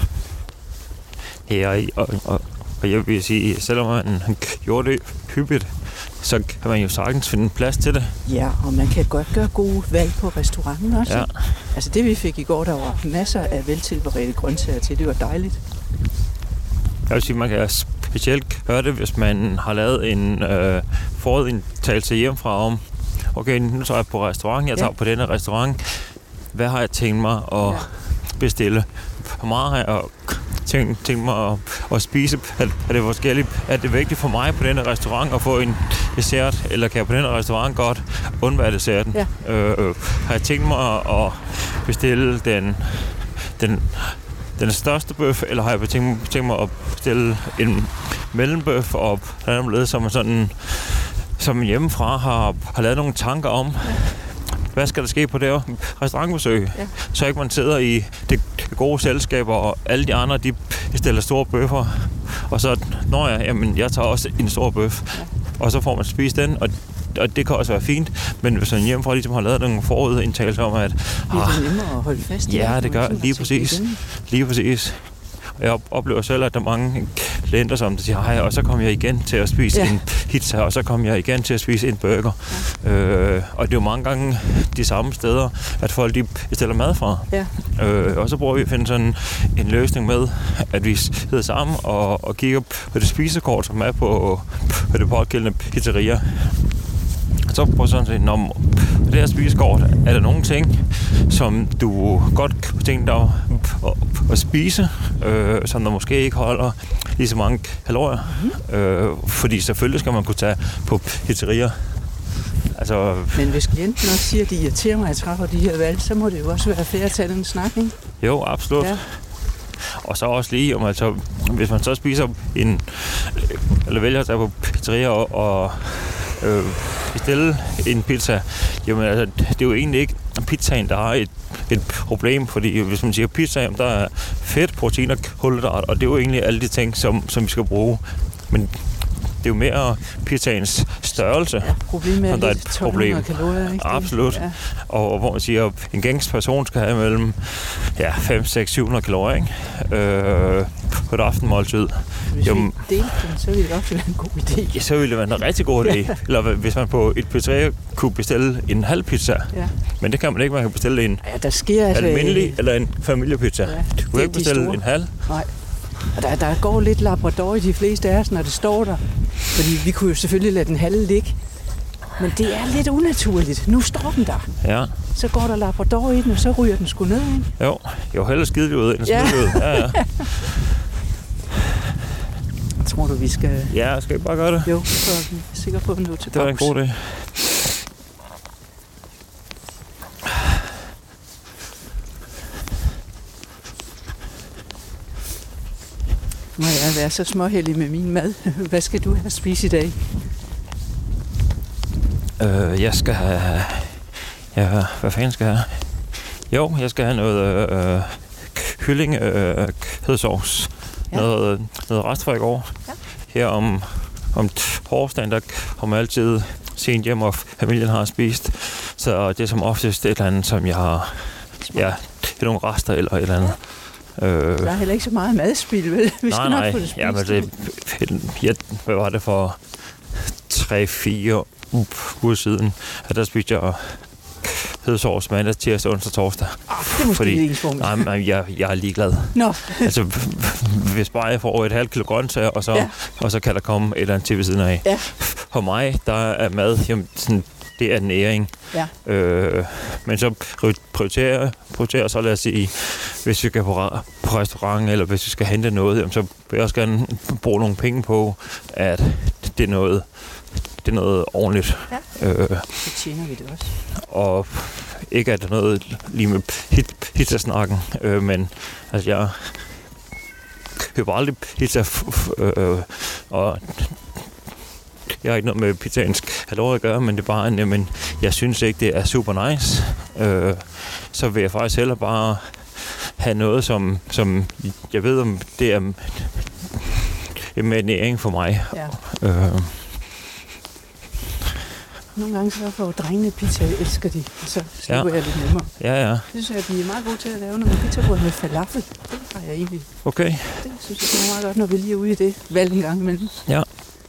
Ja, og, og, og jeg vil sige, selvom man gjorde det hyppigt, så kan man jo sagtens finde plads til det.
Ja, og man kan godt gøre gode valg på restauranten også.
Ja.
Altså det vi fik i går, der var masser af veltilberedte grøntsager til. Det var dejligt.
Jeg vil sige, man kan specielt gøre det, hvis man har lavet en øh, forudindtagelse hjemmefra om, okay, nu tager jeg på restaurant, jeg tager ja. på denne restaurant. Hvad har jeg tænkt mig at ja. bestille? Hvor meget har jeg tænkt, tænkt mig at, at spise? Er, er det forskelligt? Er det vigtigt for mig på denne restaurant at få en dessert, eller kan jeg på denne restaurant godt undvære desserten? Ja. Øh, øh, har jeg tænkt mig at bestille den, den den største bøf, eller har jeg tænkt, tænkt mig at bestille en mellembøf og andet, som sådan, som hjemmefra har, har lavet nogle tanker om, hvad skal der ske på det restaurantbesøg, ja. Så ikke man sidder i det gode selskab, og alle de andre, de stiller store bøffer, og så, når jeg, jamen, jeg tager også en stor bøf, ja. Og så får man spist den, og og det kan også være fint, men hvis man hjemmefra ligesom har lavet nogle forudindtagelser om, at
det er nemmere at holde fast i.
Ja, det gør lige præcis. Lige præcis. Jeg oplever selv, at der er mange klienter, som der siger, hej, og så kommer jeg igen til at spise ja. en pizza, og så kommer jeg igen til at spise en burger. Ja. Øh, og det er jo mange gange de samme steder, at folk de bestiller mad fra. Ja. Øh, og så prøver vi at finde sådan en løsning med, at vi sidder sammen og, og kigger på det spisekort, som er på, på det pågældende pizzeria. Så prøv sådan at sige, når det her spisekort, er der nogle ting, som du godt kunne tænke dig at, at, at spise, øh, som der måske ikke holder lige så mange kalorier. Mm-hmm. Øh, fordi selvfølgelig skal man kunne tage på pizzerier. Altså,
men hvis klienten også siger, at de irriterer mig, at jeg træffer de her valg, så må det jo også være fair at tage den snak, ikke?
Jo, absolut. Ja. Og så også lige, om altså, hvis man så spiser en, eller vælger at tage på pizzeria og, og øh, bestille en pizza, jamen altså, det er jo egentlig ikke pizzaen, der har et, et problem, fordi hvis man siger pizza, jamen, der er fedt, protein og kulhydrat, og det er jo egentlig alle de ting, som, som vi skal bruge. Men det er jo mere pizzaens størrelse,
ja, problemet er,
der er et problem.
Kalorier, ikke?
Absolut. Ja. Og, og hvor man siger, at en gængs person skal have mellem ja, fem, seks, syv hundrede kalorier, ikke? Øh, på et aftenmåltid.
Hvis Jamen, vi delte den, så ville det også være en god idé.
Ja, så ville det være en rigtig god idé. Ja. Eller hvis man på et pizzeria kunne bestille en halv pizza. Ja. Men det kan man ikke. Man kan bestille en
ja, der sker
almindelig
altså,
eller en familiepizza. Ja, du kan ikke bestille en halv.
Nej. Og der, der går lidt labrador i de fleste af os, når det står der. Fordi vi kunne jo selvfølgelig lade den halve ligge. Men det er lidt unaturligt. Nu står den der.
Ja.
Så går der labrador i den, og så ryger den sgu ned, ikke?
Jo, jo hellere skide ud end skide ud. Ja, ja.
Tror du, vi skal...
Ja, skal vi bare gøre det?
Jo, så er vi sikker på at nå til
det var en god idé.
Må jeg være så småheldig med min mad? Hvad skal du have at spise i dag?
Øh, jeg skal have... Ja, hvad fanden skal jeg have? Jo, jeg skal have noget øh, kylling øh, kødsovs. Ja. Noget, noget rest fra i går. Ja. Her om, om torsdagen, der kommer altid sent hjem, og familien har spist. Så det er som oftest et eller andet, som jeg har... Ja, det er nogle rester eller et eller andet.
Øh, der er heller ikke så meget madspil, vel? Vi
nej, nej. Nok ja, men det, jeg, hvad var det for tre fire uger siden, at der spiste jeg kødsovs mandag, tirsdag, onsdag, torsdag.
Ah, det er måske
fordi,
ikke form.
Nej, men jeg, jeg er ligeglad.
Nå.
Altså, hvis bare jeg får et halvt kilo grøntsager, og så, ja. og så kan der komme et eller andet til ved siden af. Ja. For mig, der er mad, jamen, sådan, det er næring. Ja. Øh, men så prioriterer prioriterer så lad os sige, hvis vi skal på, på restaurant, eller hvis vi skal hente noget, jamen, så vil jeg også gerne bruge nogle penge på, at det er noget, det er noget ordentligt.
Ja. Øh, så tjener vi det også.
Og ikke at der er noget lige med hit, pizzasnakken, øh, men altså jeg køber aldrig pizza, øh, og jeg har ikke noget med pizzaens kalorier at gøre, men det er bare, men jeg synes ikke, det er super nice. Øh, så vil jeg faktisk hellere bare have noget, som, som jeg ved, om det er med næring for mig. Ja. Øh.
Nogle gange så får drengene pizza, elsker de, og så slipper ja. jeg lidt nemmere.
Ja, ja.
Det synes jeg, at vi er meget gode til at lave nogle pizzabrød med falafel. Det har jeg egentlig.
Okay.
Det synes jeg, det er meget godt, når vi lige er ude i det valg en gang imellem.
Ja.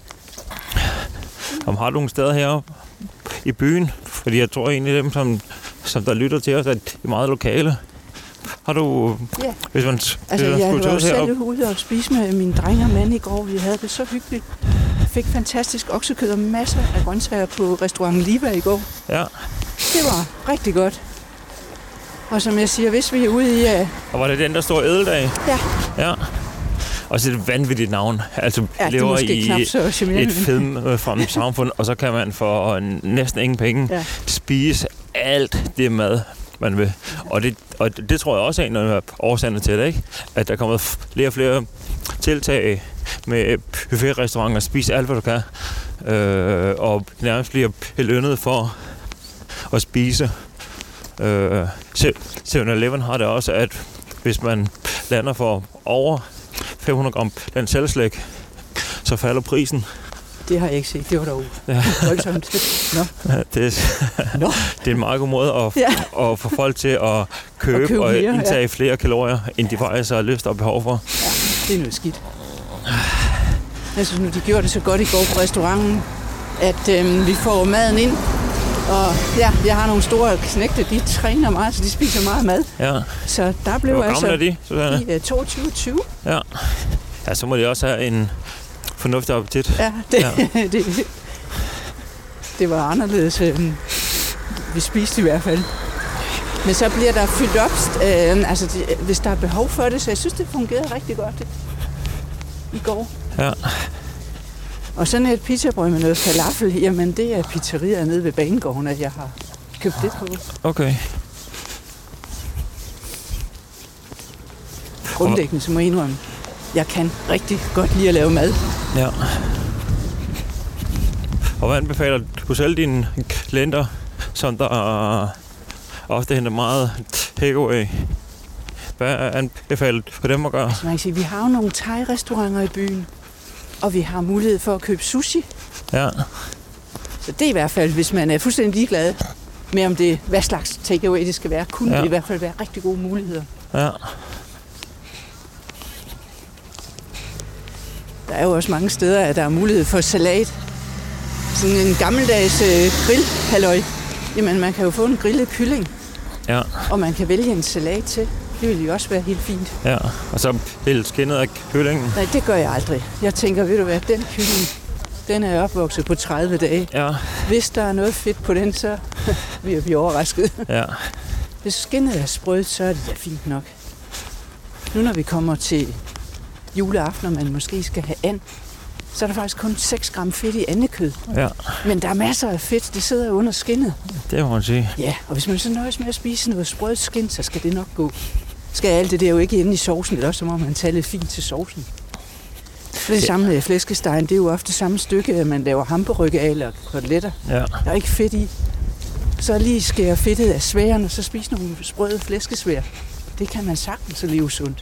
Om har du nogle steder heroppe i byen? Fordi jeg tror egentlig, dem, som, som der lytter til os, at de er meget lokale. Har du...
Ja.
Hvis man,
altså, jeg var jo selv ude og spise med min dreng og mand i går. Vi havde det så hyggeligt. Jeg fik fantastisk oksekød og masser af grøntsager på restaurant Liva i går.
Ja.
Det var rigtig godt. Og som jeg siger, hvis vi er ude i... Uh...
Og var det den, der står Ædeldag?
Ja.
Ja. Og så er det et vanvittigt navn. Altså,
ja,
lever i et filmfremmed samfund, og så kan man for næsten ingen penge ja. spise alt det mad, man vil. Og det, og det tror jeg også er en af årsagerne til det, ikke? At der kommer flere og flere tiltag med buffetrestauranter, spise alt, hvad du kan. Øh, og nærmest bliver belønnet for at spise. Øh, syv eleven har det også, at hvis man lander for over fem hundrede gram den selvslæg, så falder prisen.
Det har jeg ikke set. Det var dog ja. voldsomt. Nå.
Ja, det, Nå. det er en meget god måde at, ja. at få folk til at købe, at købe og mere, indtage ja. flere kalorier, end de faktisk har lyst og behov for. Ja.
det er noget skidt. Jeg synes nu, de gjorde det så godt i går på restauranten, at øhm, vi får maden ind. Og ja, jeg har nogle store knægte, de træner meget, så de spiser meget mad.
Ja.
Så der blev
Hvor
altså...
Hvor gamle er de, Susanne?
De er toogtyve tyve.
Ja. Ja, så må de også have en fornuftig appetit.
Ja, det,
ja.
det, det var anderledes. Øhm, vi spiste i hvert fald. Men så bliver der fyldt op, øh, altså de, hvis der er behov for det, så jeg synes, det fungerede rigtig godt det, i går.
Ja.
Og sådan et pizzabrød med noget falafel, jamen det er pizzeriet nede ved banegården, at jeg har købt det på.
Okay.
Grundlæggende, så må jeg indrømme, jeg kan rigtig godt lide at lave mad.
Ja. Og hvad anbefaler du selv dine klienter, som der ofte henter meget takeaway? Hvad anbefaler du for dem at gøre?
Altså man kan sige, vi har jo nogle thai-restauranter i byen, og vi har mulighed for at købe sushi.
Ja.
Så det er i hvert fald, hvis man er fuldstændig ligeglad med, om det hvad slags takeaway det skal være, kunne ja. det i hvert fald være rigtig gode muligheder.
Ja.
Der er jo også mange steder, at der er mulighed for salat. Sådan en gammeldags øh, grillhalløj. Jamen, man kan jo få en grillet kylling.
Ja.
Og man kan vælge en salat til. Det vil jo også være helt fint.
Ja, og så helt skinnet af kyllingen.
Nej, det gør jeg aldrig. Jeg tænker, ved du hvad, den kylling, den er opvokset på tredive dage.
Ja.
Hvis der er noget fedt på den, så bliver vi overrasket.
Ja.
Hvis skinnet er sprødt, så er det da fint nok. Nu når vi kommer til juleaften, og man måske skal have and, så er der faktisk kun seks gram fedt i andekød.
Ja.
Men der er masser af fedt, det sidder under skinnet.
Det må man sige.
Ja, og hvis man så nøjes med at spise noget sprødt skind, så skal det nok gå. Skal alt det der jo ikke inde i sovsen, eller så må man tage lidt fint til sovsen. Det er samme med flæskestegen, det er jo ofte samme stykke, at man laver hamburger eller koteletter.
Ja.
Der er ikke fedt i. Så lige skære fedtet af sværen, og så spise nogle sprøde flæskesvær. Det kan man sagtens leve sundt.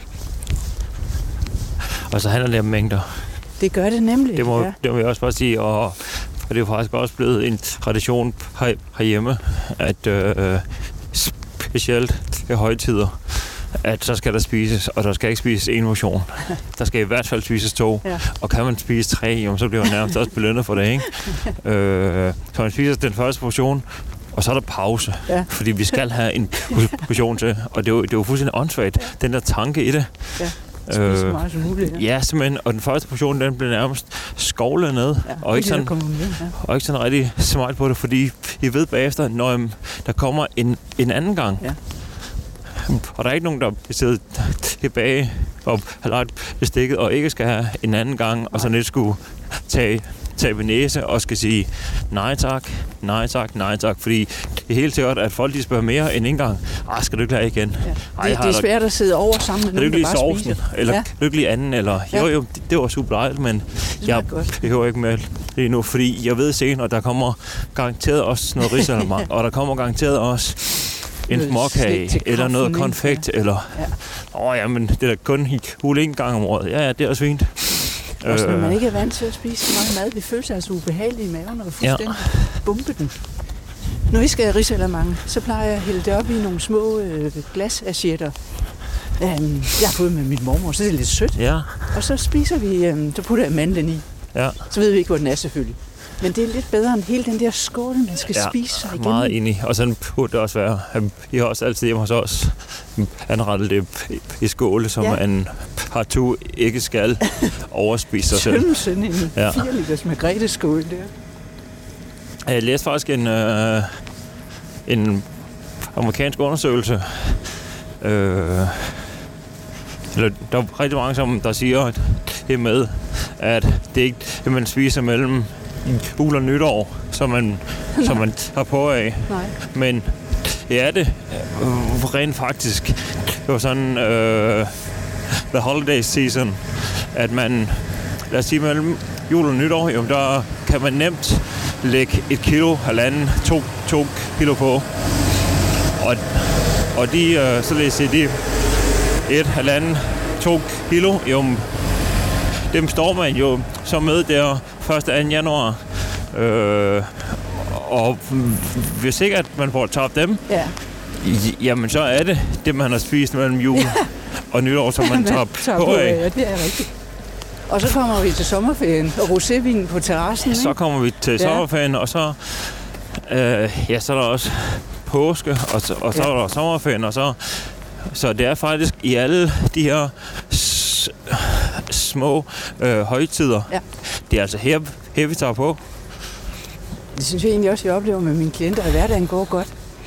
Og så handler det om mængder.
Det gør det nemlig,
Det må,
ja.
det må jeg også bare sige, og, og det er jo faktisk også blevet en tradition her, herhjemme, at øh, specielt til højtider, at så skal der spises, og der skal ikke spises en portion. Der skal i hvert fald spises to, ja. Og kan man spise tre, jamen, så bliver man nærmest også belønnet for det, ikke? øh, så man spiser den første portion, og så er der pause, ja. Fordi vi skal have en portion til, og det er jo, det er jo fuldstændig åndssvagt, ja. Den der tanke i det.
Ja. Spise øh, meget som muligt, ja.
Ja, simpelthen. Og den første portion, den blev nærmest skovlet ned. Ja, og, ikke sådan, med, ja. og ikke sådan rigtig smart på det, fordi I ved bagefter, når der kommer en, en anden gang. Ja. Og der er ikke nogen, der sidder tilbage og har lagt bestikket, og ikke skal have en anden gang, nej. Og så lidt skulle tage, tage ved næse og skal sige nej tak, nej tak, nej tak. Fordi det er helt sikkert, at folk de spørger mere end en gang. Ah, skal du ikke have igen? Ja.
Ej, det, det er svært at sidde over sammen med nogen, der bare
sovsen,
spiser.
Eller
ja.
kan du ikke lide anden? Eller, ja. Jo, jo, det, det var super dejligt, men jeg behøver ikke med lige nu, fordi jeg ved senere, der kommer garanteret også noget risalemang, og der kommer garanteret også en småkage, eller noget konfekt, ja. Eller... Åh ja. Oh, ja, men det er da kun i jule en gang om året. Ja, ja, det er også fint.
Også når man ikke er vant til at spise så meget mad, det føles altså ubehageligt i maven, og fuldstændig ja. Bombe den. Når vi skal have risalemang, så plejer jeg at hælde det op i nogle små øh, glasassietter. Um, jeg har fået med min mormor, så det er lidt sødt.
Ja. Og
så spiser vi, um, så putter jeg mandlen i.
Ja.
Så ved vi ikke, hvor den er selvfølgelig. Men det er lidt bedre end hele den der skål, man skal ja, spise sig igennem.
Meget enig. Og sådan burde det også være. Vi har også altid hjemme hos os anrettet det i skåle, som ja. Man har to ikke skal overspise sig selv.
Sådan en ja. fire liters margrethe-skål der.
Jeg læste faktisk en, øh, en amerikansk undersøgelse. Øh, eller, der er rigtig mange, som der siger, at det er med, at det ikke det, man spiser mellem jul og nytår, som man, som man tager på af.
Nej.
Men det er det øh, rent faktisk. Det var sådan øh, the holiday season, at man, lad os sige mellem jul og nytår, jo, der kan man nemt lægge et kilo, halvanden, to, to kilo på. Og, og de, øh, så læser de et, halvanden, to kilo, jo, dem står man jo så med der første og anden januar. Øh, og hvis ikke at man får tabt dem, ja. Jamen så er det det, man har spist mellem jul og nytår, som man tager,
tager på af. Ja, det er rigtigt. Og så kommer vi til sommerferien og rosévinen på terrassen.
Så kommer vi til ja. sommerferien, og så, øh, ja, så er der også påske, og så, og så ja. er der sommerferien, og så... Så det er faktisk i alle de her s- små øh, højtider. Ja. Det er altså her, her, vi tager på.
Det synes jeg egentlig også, jeg oplever med mine klienter, at hverdagen går godt.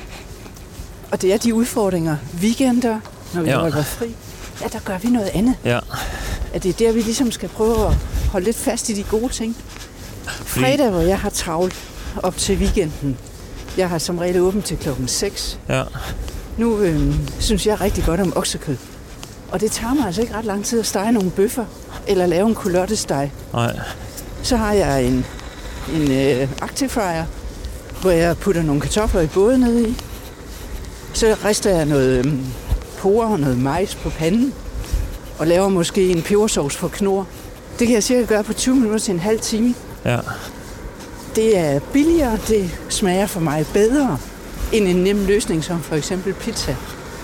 Og det er de udfordringer, weekender, når vi ja. holder fri, ja, der gør vi noget andet.
Ja.
At det er der, vi ligesom skal prøve at holde lidt fast i de gode ting. Fordi... Fredag, hvor jeg har travlt op til weekenden. Jeg har som regel åbent til klokken seks.
Ja.
Nu øh, synes jeg rigtig godt om oksekød. Og det tager mig altså ikke ret lang tid at stege nogle bøffer, eller lave en culottesteg.
Nej.
Så har jeg en, en øh, Actifryer, hvor jeg putter nogle kartofler i både nede i. Så rister jeg noget øh, porre og noget majs på panden, og laver måske en pebersovs for knor. Det kan jeg cirka gøre på tyve minutter til en halv time.
Ja.
Det er billigere, det smager for mig bedre, end en nem løsning som for eksempel pizza.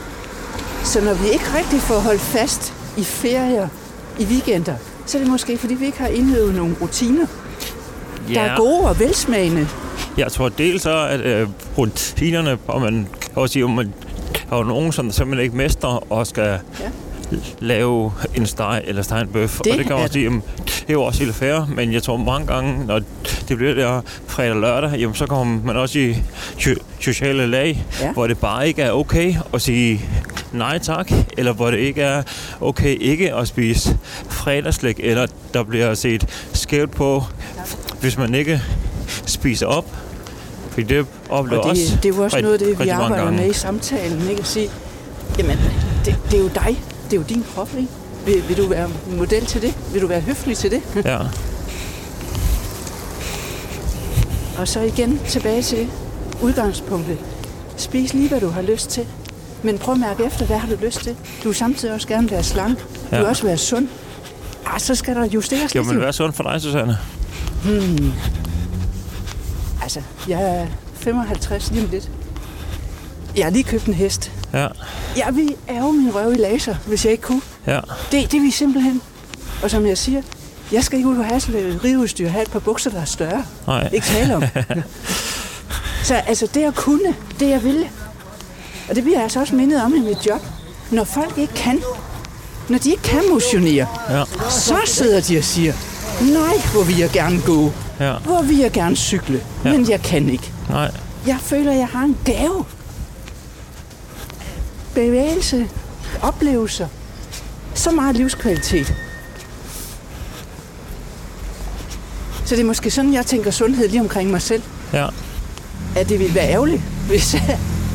Så når vi ikke rigtig får holdt fast i ferier, i weekender, så er det måske, fordi vi ikke har indøvet nogle rutiner, yeah. der er gode og velsmagende.
Jeg tror dels så, at øh, rutinerne, og man kan også sige, at man har jo nogen, som simpelthen ikke mestrer og skal ja. lave en steg eller stege en bøf. Det og det kan man også sige, at det er jo også helt fair, men jeg tror mange gange, når det bliver der fredag og lørdag, jamen så kommer man også i sociale lag, ja. hvor det bare ikke er okay at sige nej tak, eller hvor det ikke er okay ikke at spise fredagslæg, eller der bliver set skævt på, hvis man ikke spiser op. Fordi det oplever
og det,
også
det er jo også noget af det, vi arbejder med i samtalen, ikke? At sige, jamen, det, det er jo dig, det er jo din krop, ikke? Vil, vil du være model til det? Vil du være høflig til det?
Ja.
Og så igen tilbage til udgangspunktet. Spis lige, hvad du har lyst til. Men prøv at mærke efter, hvad har du lyst til? Du vil samtidig også gerne være slank. Du
ja.
vil også være sund. Ah, så skal der justeres
lidt. Jo, men være sund for dig, Susanne?
Hmm. Altså, jeg er femoghalvtreds lige om lidt. Jeg har lige købt en hest.
Ja.
Jeg vil ærge min røv i laser, hvis jeg ikke kunne.
Ja.
Det, det vil simpelthen. Og som jeg siger, jeg skal ikke ud på Haslev rideudstyr og have et par bukser, der er større.
Nej.
Ikke tale om. Så altså, det at kunne, det jeg vil. Og det bliver jeg altså også mindet om i mit job. Når folk ikke kan, når de ikke kan motionere,
ja.
så sidder de og siger, nej, hvor vil jeg gerne gå.
Ja.
Hvor vil jeg gerne cykle, ja. men jeg kan ikke.
Nej.
Jeg føler, jeg har en gave. Bevægelse, oplevelser, så meget livskvalitet. Så det er måske sådan, jeg tænker sundhed lige omkring mig selv.
Ja.
At det ville være ærgerligt, hvis, jeg,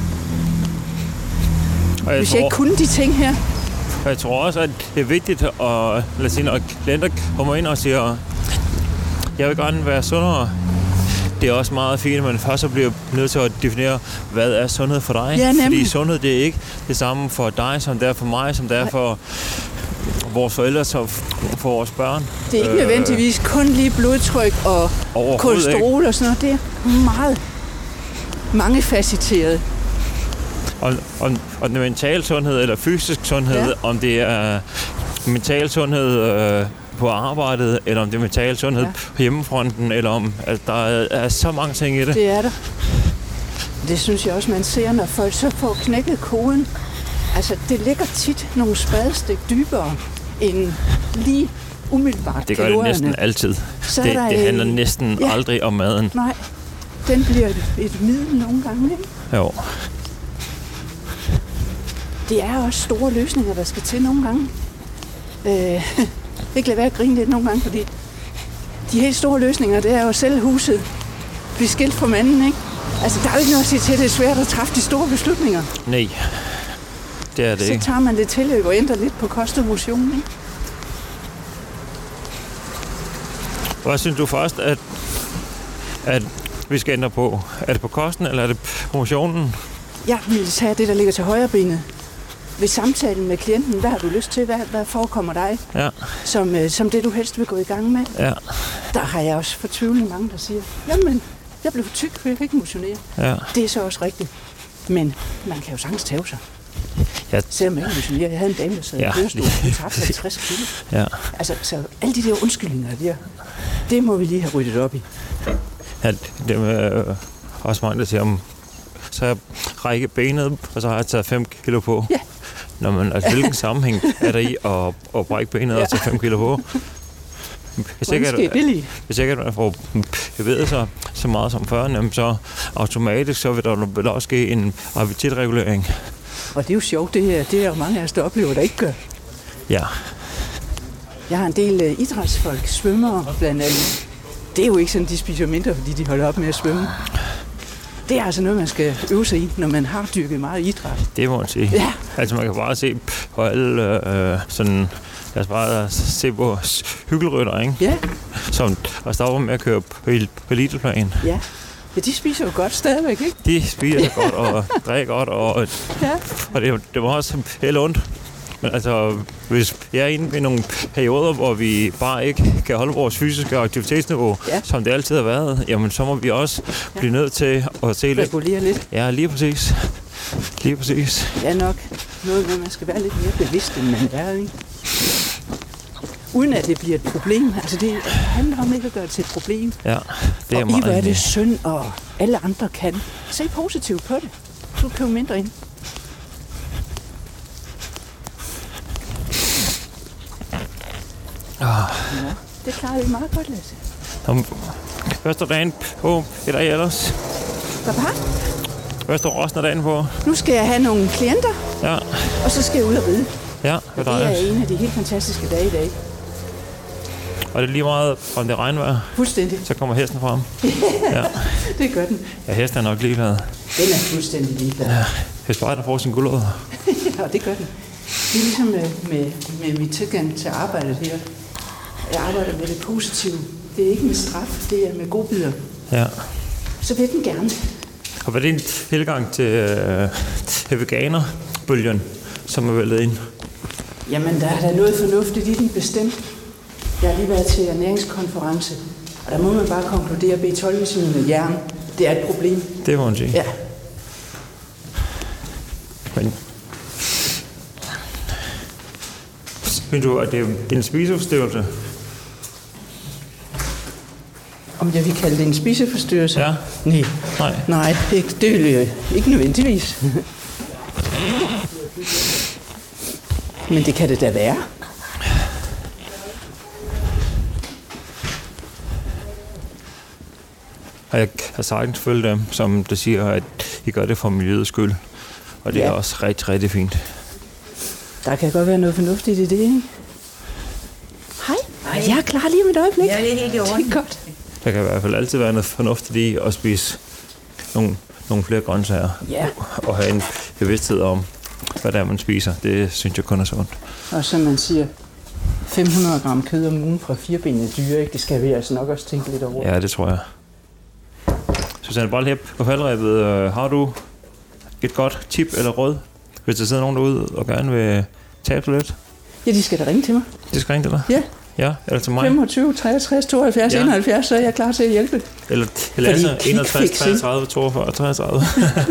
jeg, hvis
tror,
jeg ikke kunne de ting her.
Og jeg tror også, at det er vigtigt, at, lad os sige, når klienter kommer ind og siger, jeg vil gerne være sundere. Det er også meget fint, at man først bliver nødt til at definere, hvad er sundhed for dig?
Ja,
fordi sundhed, det er ikke det samme for dig, som det er for mig, som det er for vores forældre, som for vores børn.
Det er ikke øh, nødvendigvis kun lige blodtryk og kolesterol ikke. Og sådan noget. Det er meget mangefacetteret.
Og, og, og den mentale sundhed eller fysisk sundhed, ja. om det er mental sundhed øh, på arbejdet, eller om det er mental sundhed ja. på hjemmefronten, eller om at der er, er så mange ting i det.
Det er der. Det synes jeg også, man ser, når folk så får knækket koden. Altså, det ligger tit nogle spadestik dybere end lige umiddelbart.
Det gør det næsten altid. Det, det handler en, næsten ja, aldrig om maden.
Nej, den bliver et, et middel nogle gange, ikke?
Jo.
Det er også store løsninger, der skal til nogle gange. Øh, ikke lade være at grine lidt nogle gange, fordi de helt store løsninger, det er jo selv huset. Blive skilt fra manden, ikke? Altså, der er jo ikke noget at sige til, det er svært at træffe de store beslutninger.
Nej, det er det
så
ikke.
Så tager man det tilløb og ændrer lidt på kost og motion, ikke?
Hvad synes du først, at, at vi skal ændre på? Er det på kosten, eller er det på motionen?
Jeg vil tage det, der ligger til højre benet. Ved samtalen med klienten, hvad har du lyst til? Hvad, hvad forekommer dig?
Ja. Som,
øh, som det, du helst vil gå i gang med.
Ja.
Der har jeg også fortvivlende mange, der siger, jamen, jeg blev for tyk, for jeg kan ikke motionere.
Ja.
Det er så også rigtigt. Men man kan jo sagtens tæve sig.
Ja.
Selvom jeg ikke jeg havde en dame, der sad i
Ja.
kørestol, og hun tabte halvtreds kilo.
Ja.
Altså, så alle de der undskyldninger der, det må vi lige have ryddet op i.
Ja, det er øh, også mange, der siger, om så har jeg rækket benet, og så har jeg taget fem kilo på.
Ja.
Nå, men altså, hvilken sammenhæng er der i at, at brække benet
Ja.
og tage fem kilo på? Hvis
Hvordan
ikke,
sker
at,
det lige?
hvis ikke at man får bevæget sig så meget som før, jamen, så automatisk så vil der vel også ske en appetitregulering.
Og det er jo sjovt, det er, det er jo mange af os, der oplever, der ikke gør.
Ja.
Jeg har en del uh, idrætsfolk, svømmere blandt andet. Det er jo ikke sådan, de spiser mindre, fordi de holder op med at svømme. Det er altså noget, man skal øve sig i, når man har dyrket meget idræt.
Det må man sige.
Ja.
Altså man kan bare se på alle øh, sådan, lad os bare se på cykelrytter, ikke?
Ja.
Som og stopper med at køre på, på eliteplan.
Ja. Ja, de spiser jo godt stadigvæk, ikke?
De spiser godt og drikker godt, og,
Ja.
og det, det var også helt ondt. Men altså, hvis jeg er inde i nogle perioder, hvor vi bare ikke kan holde vores fysiske aktivitetsniveau,
Ja.
som det altid har været, jamen så må vi også blive nødt til at se lidt.
Regulere lidt.
Ja, lige præcis. Lige præcis.
Det er nok noget, hvor man skal være lidt mere bevidst, end man er, ikke? Uden at det bliver et problem. Altså det handler om ikke at gøre det til et problem.
Ja, det er
og i
meget
hvor er
enig.
det synd, og alle andre kan. Se positivt på det. Du køber mindre ind.
Ah.
Ja, det klarer vi meget godt, Lasse.
Om første dagen på i dag ellers.
Hvad var?
Første og resten af dagen på.
Nu skal jeg have nogle klienter,
Ja,
og så skal jeg ud og ride.
ja,
Og
det er
det er
dejligt.
en af de helt fantastiske dage i dag.
Og det er lige meget, om det regner,
Fuldstændig.
så kommer hesten frem. Ja,
Det gør den.
ja hesten er nok ligeglad.
Den er fuldstændig ligeglad.
Ja, hvis bare der får sin guldråd.
Ja, det gør den. Det er ligesom med, med, med mit tilgang til arbejdet her. Jeg arbejder med det positive. Det er ikke med straf, det er med godbidder.
Ja.
Så vil den gerne.
Og hvad er din tilgang til, øh, til veganerbølgen, som er vældet ind?
Jamen, der er der noget fornuftigt i den bestemt. Jeg har lige været til ernæringskonference, og der må man bare konkludere, at B tolv-vitaminer med jern, det er et problem.
Det må man sige.
Ja.
Men synes du, at det er en spiseforstyrrelse?
Om jeg vil kalde det en spiseforstyrrelse?
Ja.
Nej.
Nej.
Nej, det, det vil jeg ikke nødvendigvis. Men det kan det da være.
Og jeg har sagtens følge dem, som der siger, at I gør det for miljøets skyld. Og det
Ja.
er også rigtig, rigtig fint.
Der kan godt være noget fornuftigt i det, ikke? Hej.
Hej.
Jeg er klar lige om et øjeblik.
Ja, det er helt i orden.
Det er godt.
Der kan i hvert fald altid være noget fornuftigt i at spise nogle, nogle flere grøntsager.
Ja.
Og have en bevidsthed om, hvad det er, man spiser. Det synes jeg kun er sundt.
Og som man siger, fem hundrede gram kød om ugen fra firebenede dyr, ikke? Det skal vi altså nok også tænke lidt over.
Ja, det tror jeg. Susanne Bold her på faldrebet. Øh, har du et godt tip eller råd, hvis der sidder nogen derude og gerne vil tabe sig lidt?
Ja, de skal da ringe til mig.
Det skal ringe til dig?
Ja.
Ja, eller til mig?
femogtyve, treogtres, tooghalvfjerds,
Ja.
enoghalvfjerds, så er jeg klar til at hjælpe.
Eller til Lasse,
Fordi
enogtres,
quick fix, ikke?
treogtredive, toogfyrre, treogtredive.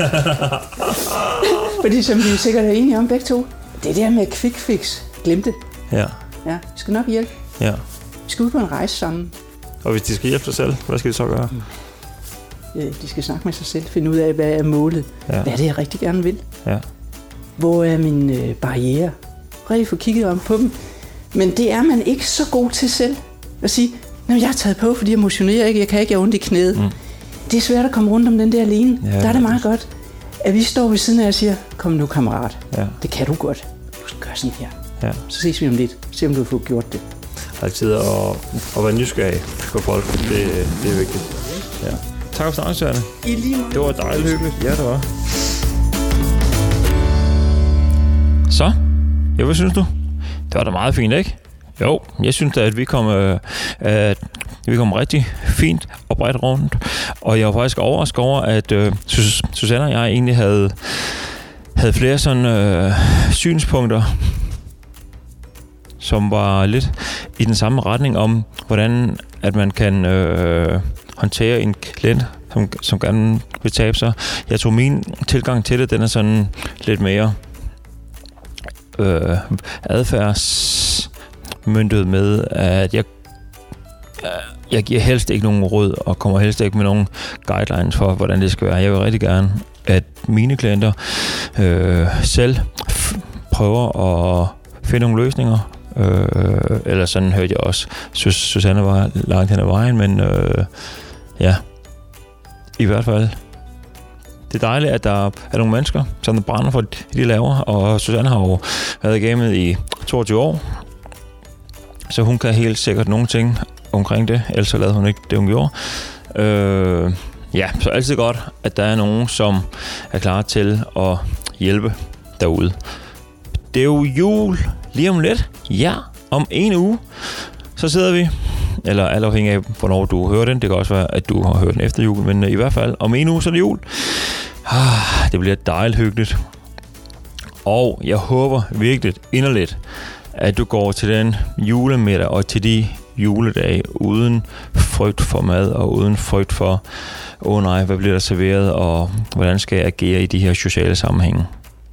Fordi som vi jo sikkert er enige om begge to, det der med quick fix, glem det.
Ja,
Ja, vi skal nok hjælpe.
ja.
Vi skal ud på en rejse sammen.
Og hvis de skal hjælpe sig selv, hvad skal de så gøre?
Ja, de skal snakke med sig selv, finde ud af, hvad er målet.
Ja,
Hvad er det, jeg rigtig gerne vil?
ja.
Hvor er mine øh, barrierer? Prøv lige at få kigget om på dem. Men det er man ikke så god til selv. At sige, "Nå, jeg har taget på, fordi jeg motionerer ikke, jeg kan ikke have ondt i knæet."
Mm.
Det er svært at komme rundt om den der alene.
Ja,
Der er
det er
det meget godt, at vi står ved siden af og siger, "Kom nu, kammerat.
Ja,
Det kan du godt. Du skal gøre sådan her.
ja.
Så ses vi om lidt. Se om du får gjort det."
Altid at, at være nysgerrig på folk, det, det er vigtigt. Ja. Tak for snakken, Susanne.
I lige måde.
Det var dejligt hyggeligt. Ja, det var. Så, ja, hvad synes du? Det var da meget fint, ikke? Jo, jeg synes da, at vi kom, øh, at vi kom rigtig fint og bredt rundt. Og jeg var faktisk overrasket over, at øh, Sus- Susanne og jeg egentlig havde, havde flere sådan øh, synspunkter, som var lidt i den samme retning om, hvordan at man kan øh, håndtere en klient, som, som gerne vil tabe sig. Jeg tror, min tilgang til det, den er sådan lidt mere øh, adfærdsmyndighed med, at jeg jeg giver helst ikke nogen råd, og kommer helst ikke med nogen guidelines for, hvordan det skal være. Jeg vil rigtig gerne, at mine klienter øh, selv f- prøver at finde nogle løsninger. Øh, eller sådan hørte jeg også. Sus- Susanne var langt hen ad vejen, men øh, ja, i hvert fald. Det er dejligt, at der er nogle mennesker, som der brænder for det, de laver, og Susanne har jo været i gamet i toogtyve år, så hun kan helt sikkert nogle ting omkring det, ellers så lavede hun ikke det, hun gjorde. Øh, ja, så er altid godt, at der er nogen, som er klar til at hjælpe derude. Det er jo jul lige om lidt. Ja, om en uge, så sidder vi, eller alt afhængig af, hvornår du hører den. Det kan også være, at du har hørt den efter jul, men i hvert fald om en uge, så er det jul. Ah, det bliver dejligt hyggeligt. Og jeg håber virkelig inderligt, at du går til den julemiddag og til de juledage uden frygt for mad og uden frygt for, åh oh nej, hvad bliver der serveret, og hvordan skal jeg agere i de her sociale sammenhænge.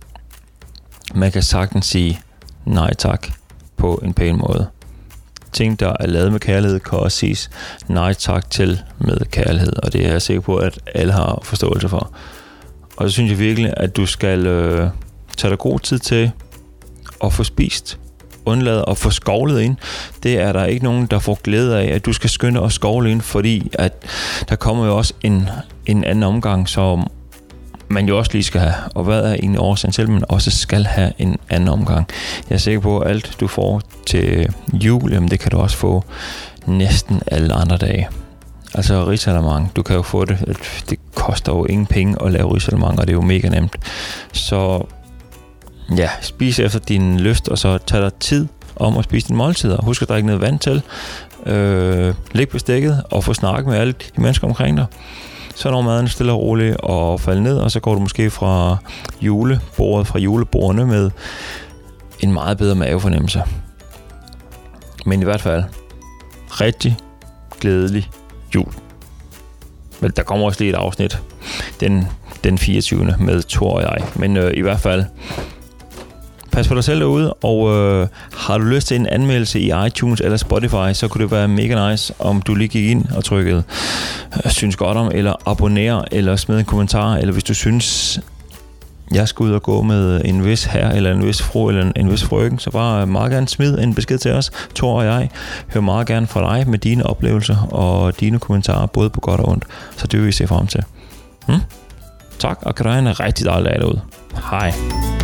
Man kan sagtens sige nej tak på en pæn måde. Ting, der er lavet med kærlighed, kan også siges nej tak til med kærlighed, og det er jeg sikker på, at alle har forståelse for. Og så synes jeg virkelig, at du skal øh, tage dig god tid til at få spist, undlade at få skovlet ind. Det er der ikke nogen, der får glæde af, at du skal skynde og skovle ind, fordi at der kommer jo også en, en anden omgang, som man jo også lige skal have. Og hvad er egentlig årsagen til, man også skal have en anden omgang? Jeg er sikker på, at alt du får til jul, jamen det kan du også få næsten alle andre dage. Altså risalamande, du kan jo få det. Det koster jo ingen penge at lave risalamande, og det er jo mega nemt. Så ja, spis efter din lyst, og så tag dig tid om at spise dine måltider. Husk at drikke noget vand til. Øh, læg på stikket og få snakket med alle de mennesker omkring dig. Så når maden stille og roligt og falder ned, og så går du måske fra julebordet, fra julebordene med en meget bedre mavefornemmelse. Men i hvert fald, rigtig glædelig jul. Men der kommer også lige et afsnit den, den fireogtyvende med Thor og jeg. Men øh, i hvert fald, pas på dig selv derude, og øh, har du lyst til en anmeldelse i iTunes eller Spotify, så kunne det være mega nice, om du lige gik ind og trykkede øh, synes godt om, eller abonner, eller smid en kommentar, eller hvis du synes, jeg skal ud og gå med en vis herre, eller en vis fru, eller en, en vis frøken, så bare meget gerne smid en besked til os. Thor og jeg hører meget gerne fra dig med dine oplevelser og dine kommentarer, både på godt og ondt. Så det vil vi se frem til. Hmm? Tak, og kan du have en rigtig dejlig dag derude. Hej.